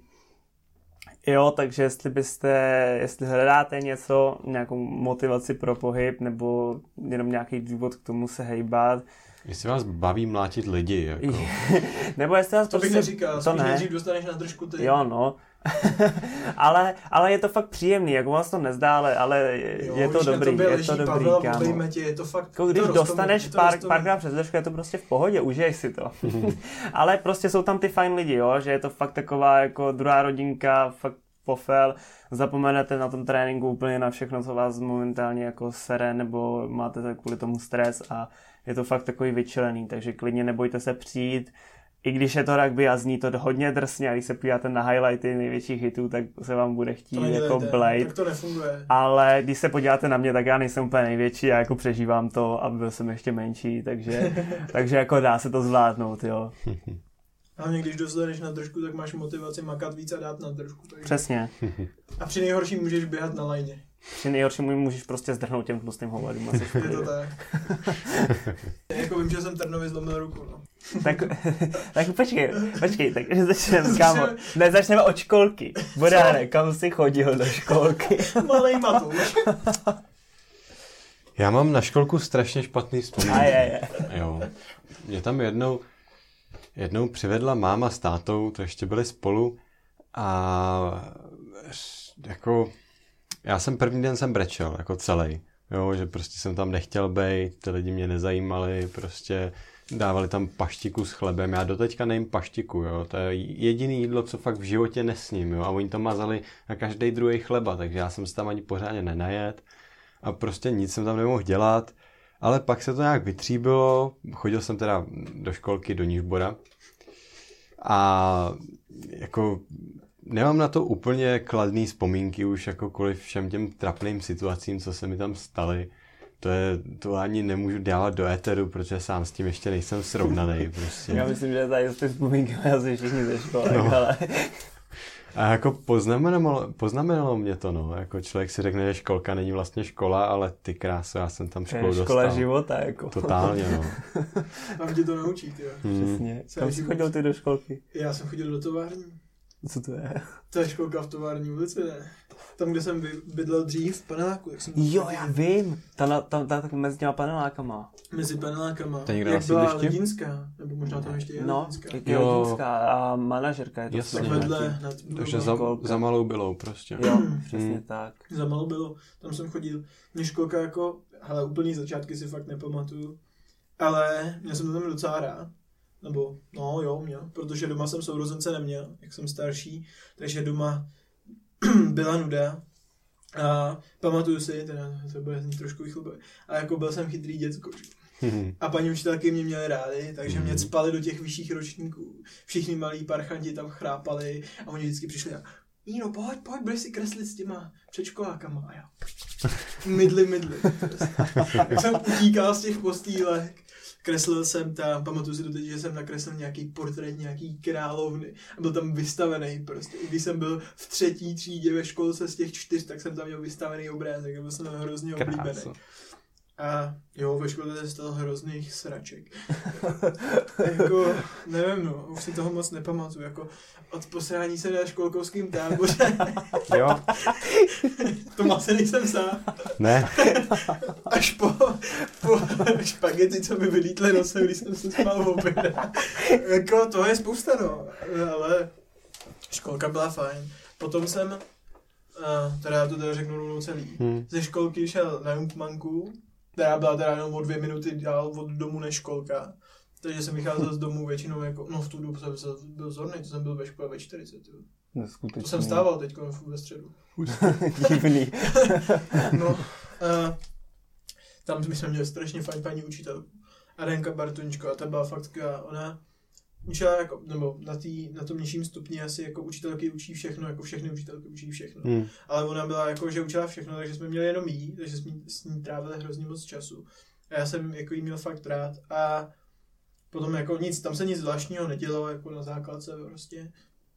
Jo, takže jestli byste, jestli hledáte něco, nějakou motivaci pro pohyb nebo jenom nějaký důvod k tomu se hejbat. Jestli vás baví mlátit lidi, jako. Nebo jestli vás to bych prostě, neříkal, to ne. Nejdřív dostaneš na držku ty. Jo, no. ale, ale je to fakt příjemný, jako vás to nezdá, ale, ale jo, je to dobrý, je to dobrý, kámo. Je to fakt, jako když to dostaneš rostomí, pár, párkrát přes držku, je to prostě v pohodě, užiješ si to. Ale prostě jsou tam ty fajn lidi, jo, že je to fakt taková jako druhá rodinka, fakt pofel, zapomenete na tom tréninku úplně na všechno, co vás momentálně jako sere, nebo máte kvůli tomu stres a je to fakt takový vyčilený, takže klidně nebojte se přijít. I když je to rugby a zní to hodně drsně a když se podíváte na highlighty největších hitů, tak se vám bude chtít jako blade. Tak to nefunguje. Ale když se podíváte na mě, tak já nejsem úplně největší, já jako přežívám to a byl jsem ještě menší, takže, takže jako dá se to zvládnout, jo. Hlavně když dostaneš na držku, tak máš motivaci makat víc a dát na držku. Takže... Přesně. A při nejhorší můžeš běhat na lajně. Při nejhorší můžeš prostě zdrhnout těm tlustým hovadům. Je to tak. Jako vím, že jsem Trnovi zlomil ruku, no. tak, tak počkej, počkej, tak začneme, kámo. Ne, začneme od školky. Bodáne, kam jsi chodil do školky? Malej Matouš. Já mám na školku strašně špatný vzpomínky. A je, je. Jo. Mě tam jednou, jednou přivedla máma s tátou, to ještě byli spolu a jako já jsem první den jsem brečel, jako celý. Jo, že prostě jsem tam nechtěl bejt, ty lidi mě nezajímali, prostě dávali tam paštiku s chlebem. Já doteďka nejím paštiku, jo, to je jediný jídlo, co fakt v životě nesním, jo, a oni to mazali na každý druhý chleba, takže já jsem se tam ani pořádně nenajet a prostě nic jsem tam nemohl dělat, ale pak se to nějak vytříbilo, chodil jsem teda do školky do Nižbora a jako nemám na to úplně kladný vzpomínky už jako kvůli všem těm trapným situacím, co se mi tam staly. To, je, to ani nemůžu dávat do éteru, protože sám s tím ještě nejsem srovnaný. Prostě. Já myslím, že tady ty vzpomínky mají asi všichni ze školy, no. ale... A jako poznamenalo, poznamenalo mě to, no. Jako člověk si řekne, že školka není vlastně škola, ale ty kráso, já jsem tam školu dostal. Škola života, jako. Totálně, no. Tam tě to naučí, ty jo. Hmm. Přesně. Kam jsi chodil ty do školky? Já jsem chodil do tovární. Co to je? To je školka v tovární ulici, ne? Tam, kde jsem bydlel dřív, v paneláku. Jak jsem Jo, já vím. Tam, tam, tam tak mezi těma panelákama. Mezi panelákama. To někde jak na byla sídlišti? Lidinská, nebo možná tam ještě je No, Lidinská. jak je Lidinská a manažerka je to. Jasně. Tak vedle, nad, Takže za, za malou bylou prostě. Jo, přesně Hmm. tak. Za malou bylo, tam jsem chodil. Mě školka jako, hele, úplný začátky si fakt nepamatuju, ale měl jsem to tam docela rád. Nebo, no jo, měl, protože doma jsem sourozence neměl, jak jsem starší, takže doma byla nuda. A pamatuju si, teda to bude znít trošku vychlubově, a jako byl jsem chytrý děcko. A paní učitelky mě měly rády, takže mě cpali do těch vyšších ročníků. Všichni malí parchanti tam chrápali a oni vždycky přišli a Níno, pojď, pojď, budeš si kreslit s těma předškolákama. A já mydli, mydli. Tak jsem utíkal z těch postýlek. Kreslil jsem tam, pamatuju si doteď, že jsem nakreslil nějaký portrét nějaký královny a byl tam vystavený prostě. I když jsem byl v třetí třídě ve školce z těch čtyř, tak jsem tam měl vystavený obrázek a byl jsem hrozně oblíbený. A jo, ve škole se stalo hrozných sraček. Jako, nevím, no, už si toho moc nepamatuju, jako od posrání se na školkovským táboře. Jo. To asi nejsem sám. Ne. Až po, po špagety, co mi vylítly nosem, když jsem se spal v oběda. Jako, to je spousta, no, ale školka byla fajn. Potom jsem, uh, teda já to teda řeknu rovnou celý, hmm. ze školky šel na Jumpmanku, která byla teda jenom o dvě minuty dál od domu než školka. Takže jsem vycházel z domu většinou jako, no v tu dobu jsem byl zorný, to jsem byl ve škole ve čtyřicet. Neskutečný. To jsem stával teď ve středu. Divný. No, uh, tam my jsme měli strašně fajn paní učitelku. Arenka Bartoňčko, a ta byla fakt taková, ona učila jako, nebo na, tý, na tom nižším stupni asi jako učitelky učí všechno, jako všechny učitelky učí všechno. Hmm. Ale ona byla jako, že učila všechno, takže jsme měli jenom jí, takže jsme s ní trávili hrozně moc času. A já jsem jako jí měl fakt rád a potom jako nic, tam se nic zvláštního nedělo, jako na základce prostě.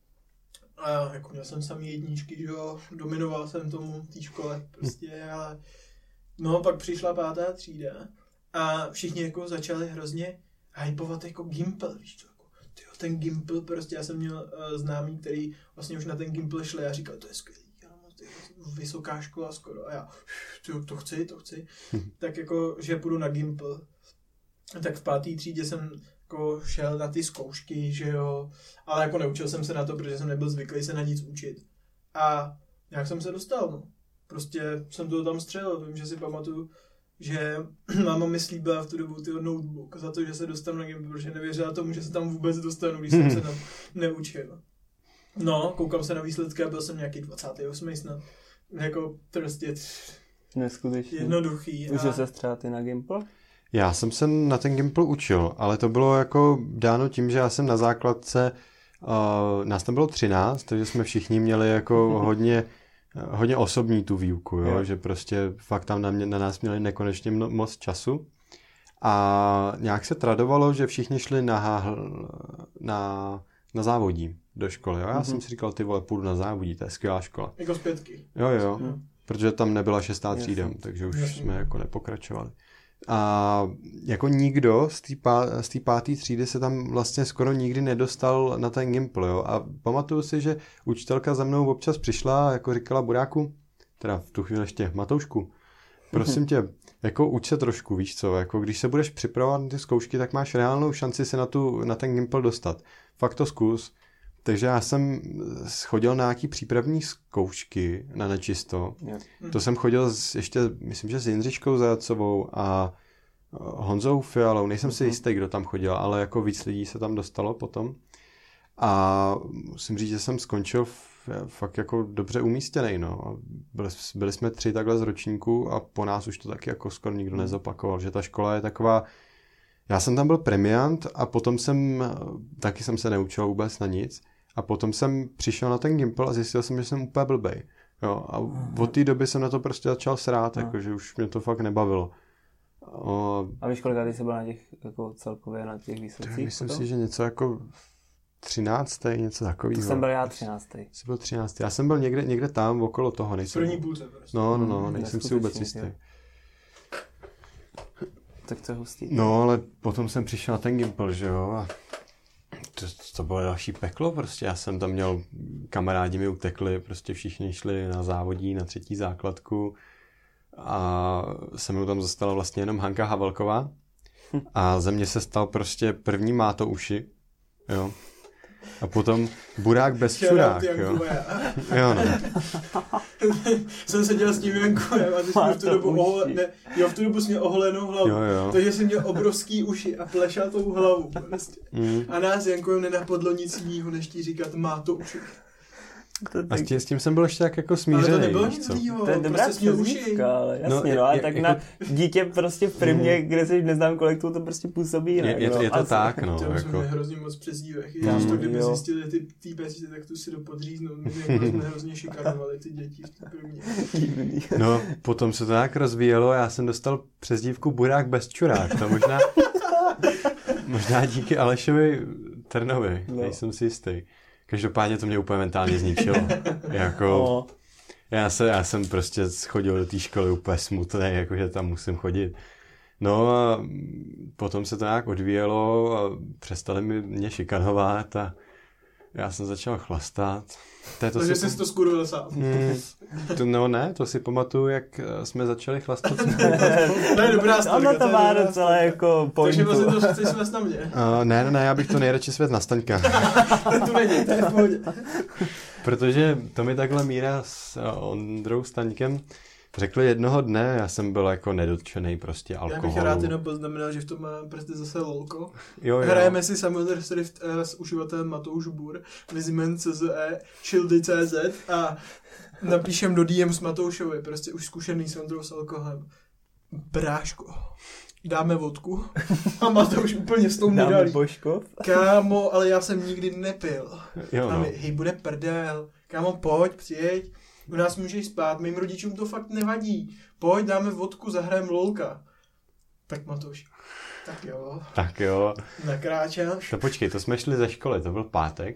A jako měl jsem samý jedničky, že jo, dominoval jsem tomu té škole prostě, ale no pak přišla pátá třída a všichni jako začali hrozně hypovat jako Gimpel, víš co, jako, tyjo, ten Gimpel, prostě já jsem měl uh, známý, který vlastně už na ten Gimpel šli a říkal, to je skvělý, to je vysoká škola skoro a já, tyjo, to chci, to chci, tak jako, že půjdu na Gimpel, tak v páté třídě jsem jako šel na ty zkoušky, že jo, ale jako neučil jsem se na to, protože jsem nebyl zvyklý se na nic učit. A jak jsem se dostal, no. Prostě jsem to tam střelil, vím, že si pamatuju, že máma mi slíbila v tu dobu tyho notebook za to, že se dostanu na Gimpel, protože nevěřila tomu, že se tam vůbec dostanu, když jsem se tam neučil. No, koukám se na výsledky a byl jsem nějaký dvacátý osmý snad. Jako prostě neskutečný. Jednoduchý. Už a... se třeba ty na Gimpel? Já jsem se na ten Gimpel učil, ale to bylo jako dáno tím, že já jsem na základce, uh, nás tam bylo třináct, takže jsme všichni měli jako hodně, hodně osobní tu výuku, jo? Jo. Že prostě fakt tam na, mě, na nás měli nekonečně mno, moc času. A nějak se tradovalo, že všichni šli na, na na závodí do školy. Jo? Já Mhm. jsem si říkal, ty vole, půjdu na závodí, to je skvělá škola. Jako z pětky. Jo, jo, Mhm. protože tam nebyla šestá třída, Jasně. takže už Jasně. jsme jako nepokračovali. A jako nikdo z té pá, z té páté třídy se tam vlastně skoro nikdy nedostal na ten Gimpl, jo. A pamatuju si, že učitelka za mnou občas přišla a jako říkala, Buráku, teda v tu chvíli ještě Matoušku, prosím tě, jako uč se trošku, víš co, jako když se budeš připravovat na ty zkoušky, tak máš reálnou šanci se na, tu, na ten Gimpl dostat. Fakt to zkus. Takže já jsem chodil na nějaký přípravní zkoušky na nečisto. Jo. To jsem chodil s, ještě, myslím, že s Jindřiškou Zajacovou a Honzou Fialou. Nejsem si jistý, kdo tam chodil, ale jako víc lidí se tam dostalo potom. A musím říct, že jsem skončil f, fakt jako dobře umístěný. No. Byli, byli jsme tři takhle z ročníku a po nás už to taky jako skoro nikdo nezopakoval, že ta škola je taková. Já jsem tam byl premiant a potom jsem, taky jsem se neučil vůbec na nic. A potom jsem přišel na ten Gimpl a zjistil jsem, že jsem úplně blbej. Jo, a od té doby jsem na to prostě začal srát, jako, že už mě to fakt nebavilo. O, A víš, kolika ty jsi byl na těch, jako celkově na těch výsledcích? myslím potom? si, že něco jako třináctý, něco takového. To jsem byl já třináctý. Jsi byl třináctý. Já jsem byl někde, někde tam, okolo toho. V Nejsem, první půlce prostě. no, no, no, Hmm, nejsem si vůbec neskutečný, jistý. jo. Tak to je hustý. No, ale potom jsem přišel na ten Gimpl, že jo, a to, to bylo další peklo prostě. Já jsem tam měl, kamarádi mi utekli, prostě všichni šli na závodí, na třetí základku a se mnou tam zastala vlastně jenom Hanka Havelková a ze mě se stal prostě první Mátouši, jo. A potom Burák bez čurák, jo. Jo, no. Jsem seděl s tím Jankujem a ty jsi měl v tu dobu ohole, ne, jo, v tu dobu jsi měl oholenou hlavu. Jo, jo. Takže jsem měl obrovský uši a plešatou hlavu. Prostě. Mm. A nás Jankujem nenapadlo nic jiného, než ti říkat má to uši. A s tím, s tím jsem byl ještě tak jako Ale to smířený, nebylo víš nic co. zlýho, To je dobrá prostě jsi měl uši. přezdívka, ale jasně, No, no, je- ale je- tak jako- na dítě prostě v primě, kde jsi neznám kolik to prostě působí jinak. Je, je, to, no. je to Asi. tak, no. To jsme Jako, měli hrozně moc přezdívek. Tam, Když to kdyby jo. zjistili ty týpeci, tak tu si do podříznout. My jako jsme hrozně šikanovali ty děti v té první. Divný. no, potom se to nějak rozvíjelo, já jsem dostal přezdívku Burák bez čurák. To možná, možná díky Alešovi Trnovi, No. nejsem si jistý. Každopádně to mě úplně mentálně zničilo. Jako, No. já, se, já jsem prostě chodil do té školy úplně smutný, jakože tam musím chodit. No a potom se to nějak odvíjelo a přestali mi mě šikanovat a já jsem začal chlastat. To je to Takže si jsi to skurvil sám. Hmm, to, no ne, to si pamatuju, jak eh, jsme začali chlastat. To je dobrá storka. Ono to je má dobrá docela storka. jako Takže pointu. vlastně to chceš svést na mě. Uh, ne, ne, ne, já bych to nejradši svět na Staňka. To není, to je v pohodě. Protože to mi takhle Míra s uh, Ondrou Staňkem řekli jednoho dne, já jsem byl jako nedotčený prostě Já bych alkoholu. rád jenom poznamenal, že v tom má prostě zase lolko. Jo, jo. Hrajeme si Summoner Rift uh, s uživatelem Matouš Bur, Vizimen C Z E, Shieldy tečka cé zet a napíšem do D M s Matoušovi, prostě už zkušený s Ondrou s alkoholem. Bráško, dáme vodku a Matouš úplně s tou Dáme nedalí. Božkov. Kámo, ale já jsem nikdy nepil. Jo, A no. my, hej, bude prdel. Kámo, pojď, přijeď. U nás můžeš spát, mým rodičům to fakt nevadí. Pojď, dáme vodku, zahrajem lolka. Tak Matouš. Tak jo, Tak jo. nakráčel. To počkej, to jsme šli ze školy, to byl pátek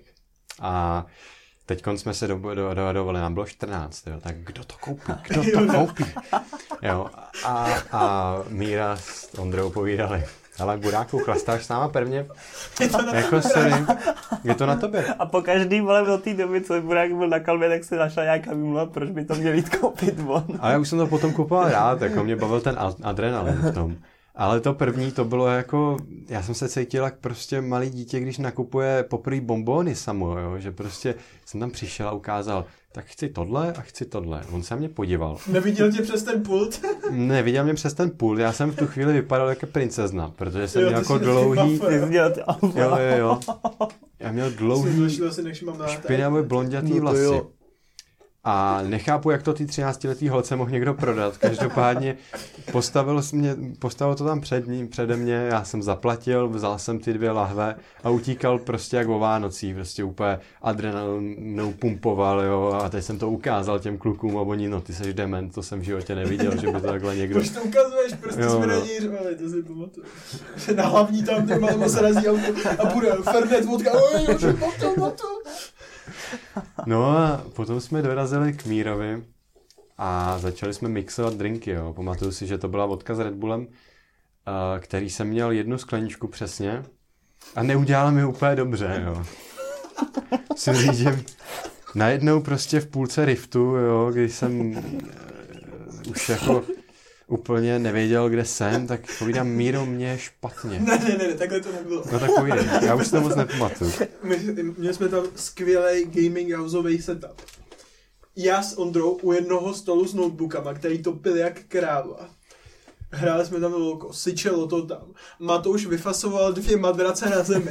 a teď jsme se dohodovali, nám bylo čtrnáct, jo, tak kdo to koupí, kdo to koupí, jo, a, a Míra s Ondrou povídali, ale Buráku, chlastáš s náma prvně, jako sorry, je to na tobě. A po každý vole do té doby, co Burák byl na kalbě, tak se našla nějaká výmluva, proč by to měl jít koupit on. Ale já už jsem to potom kupoval rád, jako mě bavil ten adrenalin v tom. Ale to první, to bylo jako, já jsem se cítil jak prostě malý dítě, když nakupuje poprvé bonbony samo, jo, že prostě jsem tam přišel a ukázal, tak chci tohle a chci tohle. On se na mě podíval. Neviděl tě přes ten pult? Neviděl mě přes ten půl, já jsem v tu chvíli vypadal jako princezna, protože jsem Jo, měl ty jako jsi dlouhý, taky Ty jsi dělal ty jo, jo, jo, já měl Jsi dlouhý, došel asi, než mám nátek. špinavý blondětý No to vlasy. jo. A nechápu, jak to ty třináctiletý holce mohl někdo prodat. Každopádně postavil, mě, postavil to tam před ním, přede mě, já jsem zaplatil, vzal jsem ty dvě lahve a utíkal prostě jak o Vánocích, prostě úplně adrenalinou pumpoval, jo, a teď jsem to ukázal těm klukům a oni, no ty seš dement, to jsem v životě neviděl, že by to takhle někdo... Proč to ukazuješ, prostě jo, jsme no. na něj řvali, to si pamatuju. Na hlavní tam ty máma se razí auto a bude Fernet vodka, oj, oj, motu, motu. No a potom jsme dorazili k Mírovi a začali jsme mixovat drinky, jo. Pamatuju si, že to byla vodka s Red Bullem, který jsem měl jednu skleničku přesně a neudělala mi úplně dobře, jo. Musím říct, že najednou prostě v půlce riftu, jo, když jsem už jako úplně nevěděl, kde jsem, tak povídám, Míro, mě je špatně. Ne, ne, ne, takhle to nebylo. No tak povídej, já už to moc nepamatuju. My, měli jsme tam skvělý gaming houseový setup. Já s Ondrou u jednoho stolu s notebookama, který topil jak kráva. Hráli jsme tam lolko, syčelo to tam. Matouš vyfasoval dvě madrace na zemi.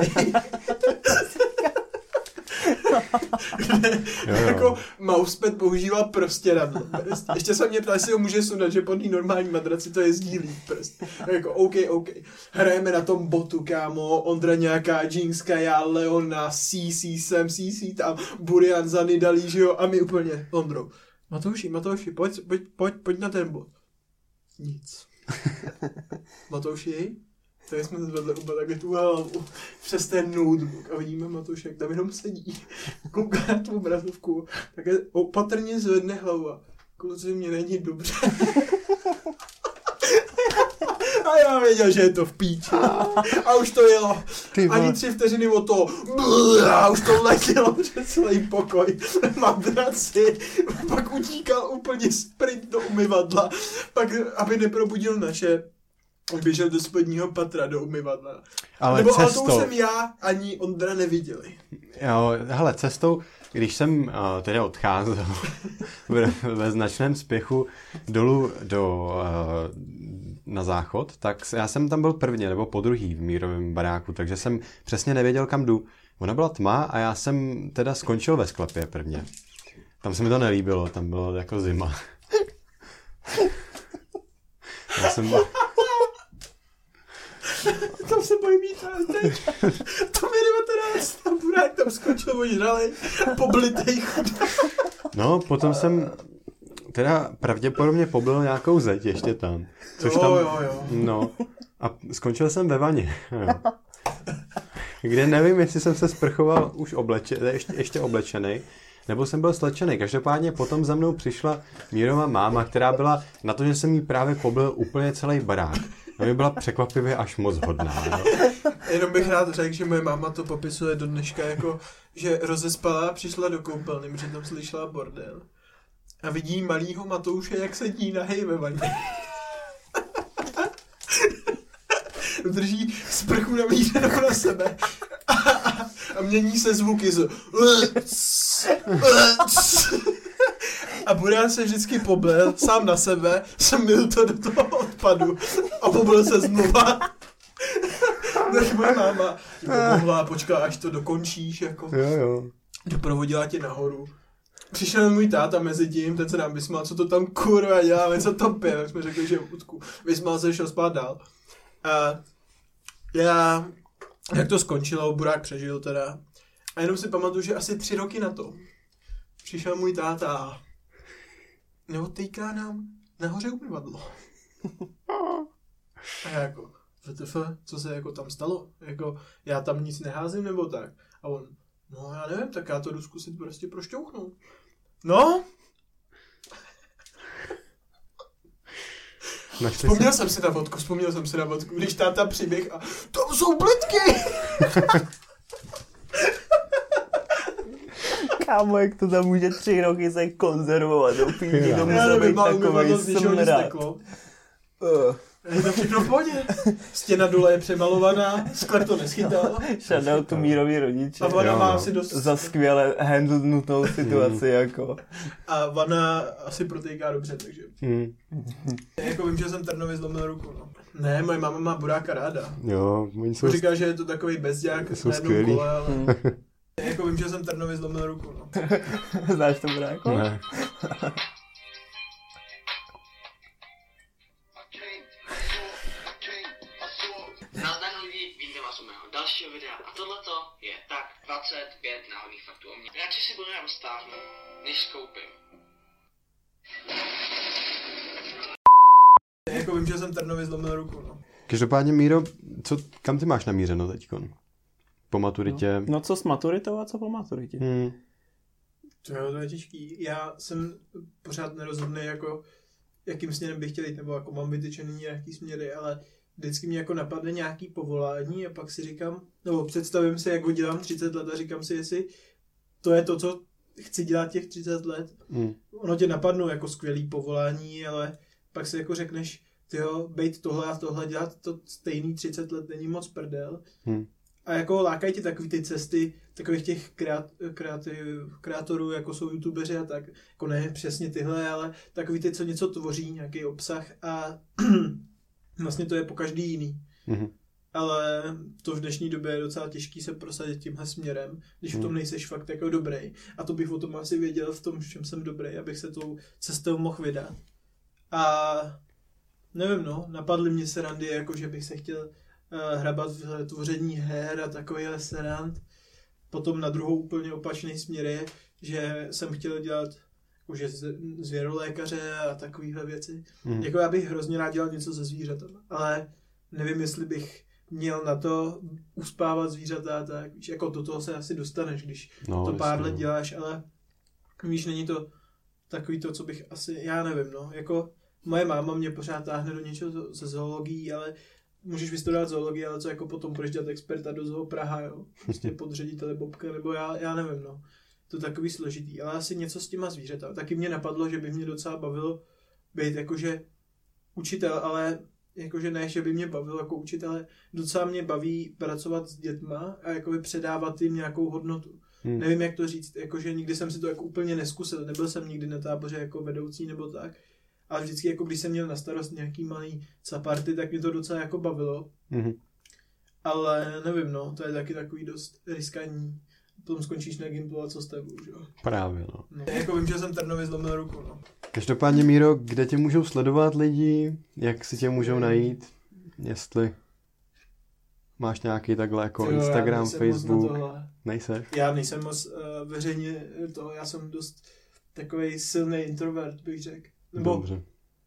jo, jo. Jako mousepad používá prostě radlo. Ještě se mě ptá, jestli ho může sundat, že pod ní normální madraci to jezdí líp. Prostě. Jako OK, OK. Hrajeme na tom botu, kámo. Ondra nějaká džínská, já Leona, C C sem, C C tam, Burian za Nidalí, že jo? A my úplně, Ondro, Matouši, Matouši, pojď, pojď, pojď, pojď na ten bod. Nic. Matouši? Tak jsme zvedli úplně takhle tu hlavu přes ten notebook a vidíme Matouše, jak tam jenom sedí. Kouká na tu obrazovku, tak je opatrně zvedne hlavu a kluci, mě není dobře. A já věděl, že je to v píči. A už to jelo. Ani tři vteřiny od toho. A už to letělo přes celý pokoj. Madraci. Pak utíkal úplně sprint do umyvadla. Pak, aby neprobudil naše, běžel do spodního patra, do umyvadla. Ale Nebo cestou... ale to jsem já ani Ondra neviděli. Jo, hele, cestou, když jsem uh, teda odcházel ve značném spěchu dolů do, uh, na záchod, tak já jsem tam byl prvně nebo po druhý v Mírovém baráku, takže jsem přesně nevěděl, kam jdu. Ona byla tma a já jsem teda skončil ve sklepě prvně. Tam se mi to nelíbilo, tam bylo jako zima. Já jsem... Tam se bojím jít, ale teď to mi devatenáct a burák tam skočil ožralej, poblitej chudá. No, potom jsem teda pravděpodobně poblil nějakou zeď ještě tam. Což jo, tam, jo, jo. No, a skončil jsem ve vaně. Jo. Kde nevím, jestli jsem se sprchoval už obleče, ještě, ještě oblečený, nebo jsem byl slečený. Každopádně potom za mnou přišla Mírova máma, která byla na to, že jsem jí právě poblil úplně celý barák. A mi byla překvapivě až moc hodná. No. Jenom bych rád řekl, že moje máma to popisuje do dneška jako, že rozespala, přišla do koupelny, protože tam slyšela bordel. A vidí malýho Matouše, jak sedí nahej ve vaně. Drží sprchu namířenou na sebe. A, a, a mění se zvuky z... A Burian se vždycky poblil sám na sebe, smil to do toho odpadu a poblil se znova. Tak moje máma mohla, počkala, až to dokončíš, jako jo, jo. Doprovodila tě nahoru. Přišel můj táta mezi tím, ten se nám vysmál, co to tam kurva děláme, co to pije, tak jsme řekli, že je v útku. Vysmál se, šel spát dál. A já, jak to skončilo, Burák přežil teda. A jenom si pamatuju, že asi tři roky na to přišel můj táta neodtejká nám nahoře umyvadlo. A já jako, V T F, co se jako tam stalo? Jako, já tam nic neházím nebo tak? A on, no já nevím, tak já to jdu zkusit prostě prošťouchnout. No? Vzpomněl jsem si na vodku, vzpomněl jsem si na vodku, když táta přiběh a tam jsou blitky! Kámo, jak to tam může tři roky se konzervovat, opíní, to musí být takovej smrad. Uh. Je to všechno v pohodě. Stěna dole je přemalovaná, sklep to neschytal. Shoutout to Mírovi rodiče. A vana má asi dost... Za skvěle handlenutnou situaci, jako. A vana asi protéká dobře, takže... Mm. Jako vím, že jsem Trnově zlomil ruku, no. Ne, moje máma má Buráka ráda. Jo, oni jsou... Říká, že je to takový bezďák na jednom kole, ale... Mm. Jako vím, vím, že jsem Trnovi zlomil ruku, no. Znáš to bude jako? Ne. Nazdar lidi, vítám vás u mého dalšího videa a tohleto je tak dvacet pět náhodných faktů o mně. Radši si budu jenom stáhnu, než skoupím. Jako vím, že jsem Trnovi zlomil ruku, no. Každopádně, Míro, co, kam ty máš namířeno teďkon? Po maturitě? No, no co s maturitou a co po maturitě? Hmm. To, jo, to je těžký. Já jsem pořád nerozhodný, jako jakým směrem bych chtěl jít, nebo jako mám vytyčený nějaký směry, ale vždycky mě jako napadne nějaký povolání a pak si říkám, nebo představím si, jak ho dělám třicet let a říkám si, jestli to je to, co chci dělat těch třicet let. Hmm. Ono tě napadnou jako skvělý povolání, ale pak si jako řekneš, tyjo, bejt tohle a tohle, dělat to stejný třicet let není moc prdel. Hmm. A jako lákají ti takový ty cesty takových těch kreat, kreativ, kreatorů, jako jsou youtubeři a tak, jako ne přesně tyhle, ale takový ty, co něco tvoří, nějaký obsah a vlastně to je po každý jiný. Hmm. Ale to v dnešní době je docela těžký se prosadit tímhle směrem, když v tom nejseš fakt jako dobrý. A to bych o tom asi věděl v tom, v čem jsem dobrý, abych se tou cestou mohl vydat. A nevím, no, napadly mě serandy, jako že bych se chtěl uh, hrabat v tvoření her a takovýhle serand. Potom na druhou úplně opačný směr je, že jsem chtěl dělat jakože zvěrolékaře a takovýhle věci. Mm. Jako já bych hrozně rád dělal něco se zvířatem, ale nevím, jestli bych měl na to uspávat zvířata a tak. Víš, jako do toho se asi dostaneš, když No, to pár jasně, let no. děláš, ale víš, není to takový to, co bych asi, já nevím, no, jako moje máma mě pořád táhne do něčeho se zoologií, ale můžeš vystudovat zoologii, ale co jako potom budeš dělat experta do zoo Praha, jo, prostě pod ředitele Bobka, nebo já, já nevím, no, to je takový složitý, ale asi něco s těma zvířata. Taky mě napadlo, že by mě docela bavilo být jakože učitel, ale jakože ne, že by mě bavilo jako učitel, ale docela mě baví pracovat s dětma a jakoby předávat jim nějakou hodnotu. Hmm. Nevím, jak to říct, jakože nikdy jsem si to jako úplně neskusil, nebyl jsem nikdy na táboře jako vedoucí nebo tak, ale vždycky, jako když jsem měl na starost nějaký malý caparty, tak mě to docela jako bavilo. Hmm. Ale nevím, no, to je taky takový dost riskantní. Potom skončíš na Gimplu a co s tebou, že jo? Právě, no. no. Jako vím, že jsem Trnovi zlomil ruku, no. Každopádně, Míro, kde tě můžou sledovat lidi? Jak si tě můžou najít? Jestli máš nějaký takhle jako jo, Instagram, Facebook? Nejseš? Já nejsem moc uh, veřejně to, já jsem dost takovej silný introvert, bych řekl. Nebo Dobře.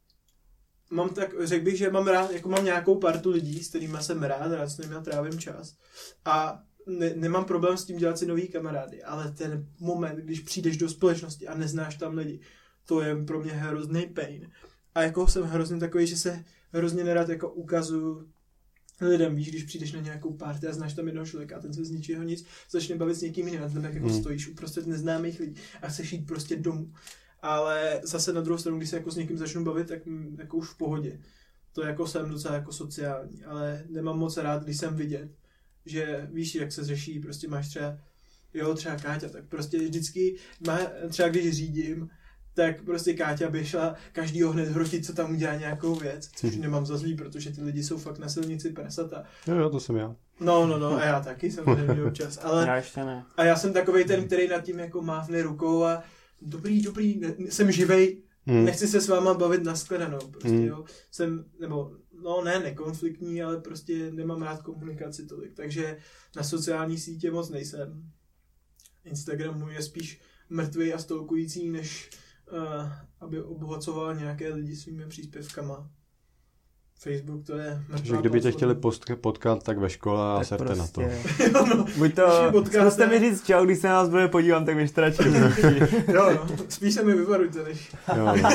Mám tak, řekl bych, že mám rád, jako mám nějakou partu lidí, s kterými jsem rád, rád s nimi trávím čas. A ne, nemám problém s tím dělat si nový kamarády, ale ten moment, když přijdeš do společnosti a neznáš tam lidi, to je pro mě hrozný pain. A jako jsem hrozně takový, že se hrozně nerad jako ukazuju lidem, víš, když přijdeš na nějakou party a znáš tam jednoho člověka a ten se z ničeho nic začne bavit s někým jiným a ten tak jako hmm. stojíš uprostřed neznámých lidí a chceš jít prostě domů. Ale zase na druhou stranu, když se jako s někým začnu bavit, tak jako už v pohodě. To jako jsem docela jako sociální, ale nemám moc rád, když jsem vidět, že víš, jak se řeší, prostě máš třeba, jo, třeba Káťa, tak prostě vždycky, má, třeba když řídím, tak prostě Káťa by šla každýho hned hrotit, co tam udělá nějakou věc, což nemám za zlý, protože ty lidi jsou fakt na silnici prasata. Jo, jo, to jsem já. No, no, no, a já taky samozřejmě občas, ale... Já ještě ne. A já jsem takovej ten, který nad tím jako mávne rukou a dobrý, dobrý, ne, jsem živej, hmm. nechci se s váma bavit na shledanou, prostě, hmm. jo. Jsem, nebo, no ne, nekonfliktní, ale prostě nemám rád komunikaci tolik, takže na sociální sítě moc nejsem. Instagram je spíš mrtvý a stolkující, než uh, aby obohacoval nějaké lidi svými příspěvkama. Facebook to je mrtvá. Takže kdyby tě chtěli potkat, tak ve škole a serte prostě na to. jo, no. Buď to, zkuste mi říct čau, když se na nás bude podívám, tak mi štračím. jo, no, spíš se mi vyvarujte, než... jo, no.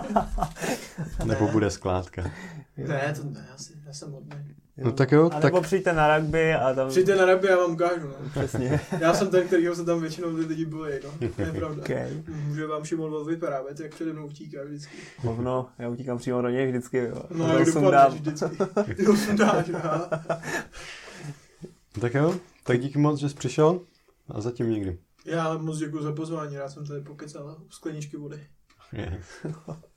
Nebo bude skládka. Ne, to ne, asi, já jsem hodný. No tak jo, a tak... nebo přijďte na rugby a tam... Přijďte na rugby, já vám ukážu, no. Přesně. Já jsem ten, kterýho se tam většinou ty lidi bojí, no. To je pravda. Okay. Může vám Šimon vyprávět, jak přede mnou utíká vždycky. Hovno, já utíkám přímo do něj vždycky, jo. No, jak dopadneš vždycky. Ty ho sundáš, aha. Tak jo, tak díky moc, že jsi přišel a zatím nikdy. Já moc děkuji za pozvání, rád jsem tady pokecal u skleničky vody. Yeah.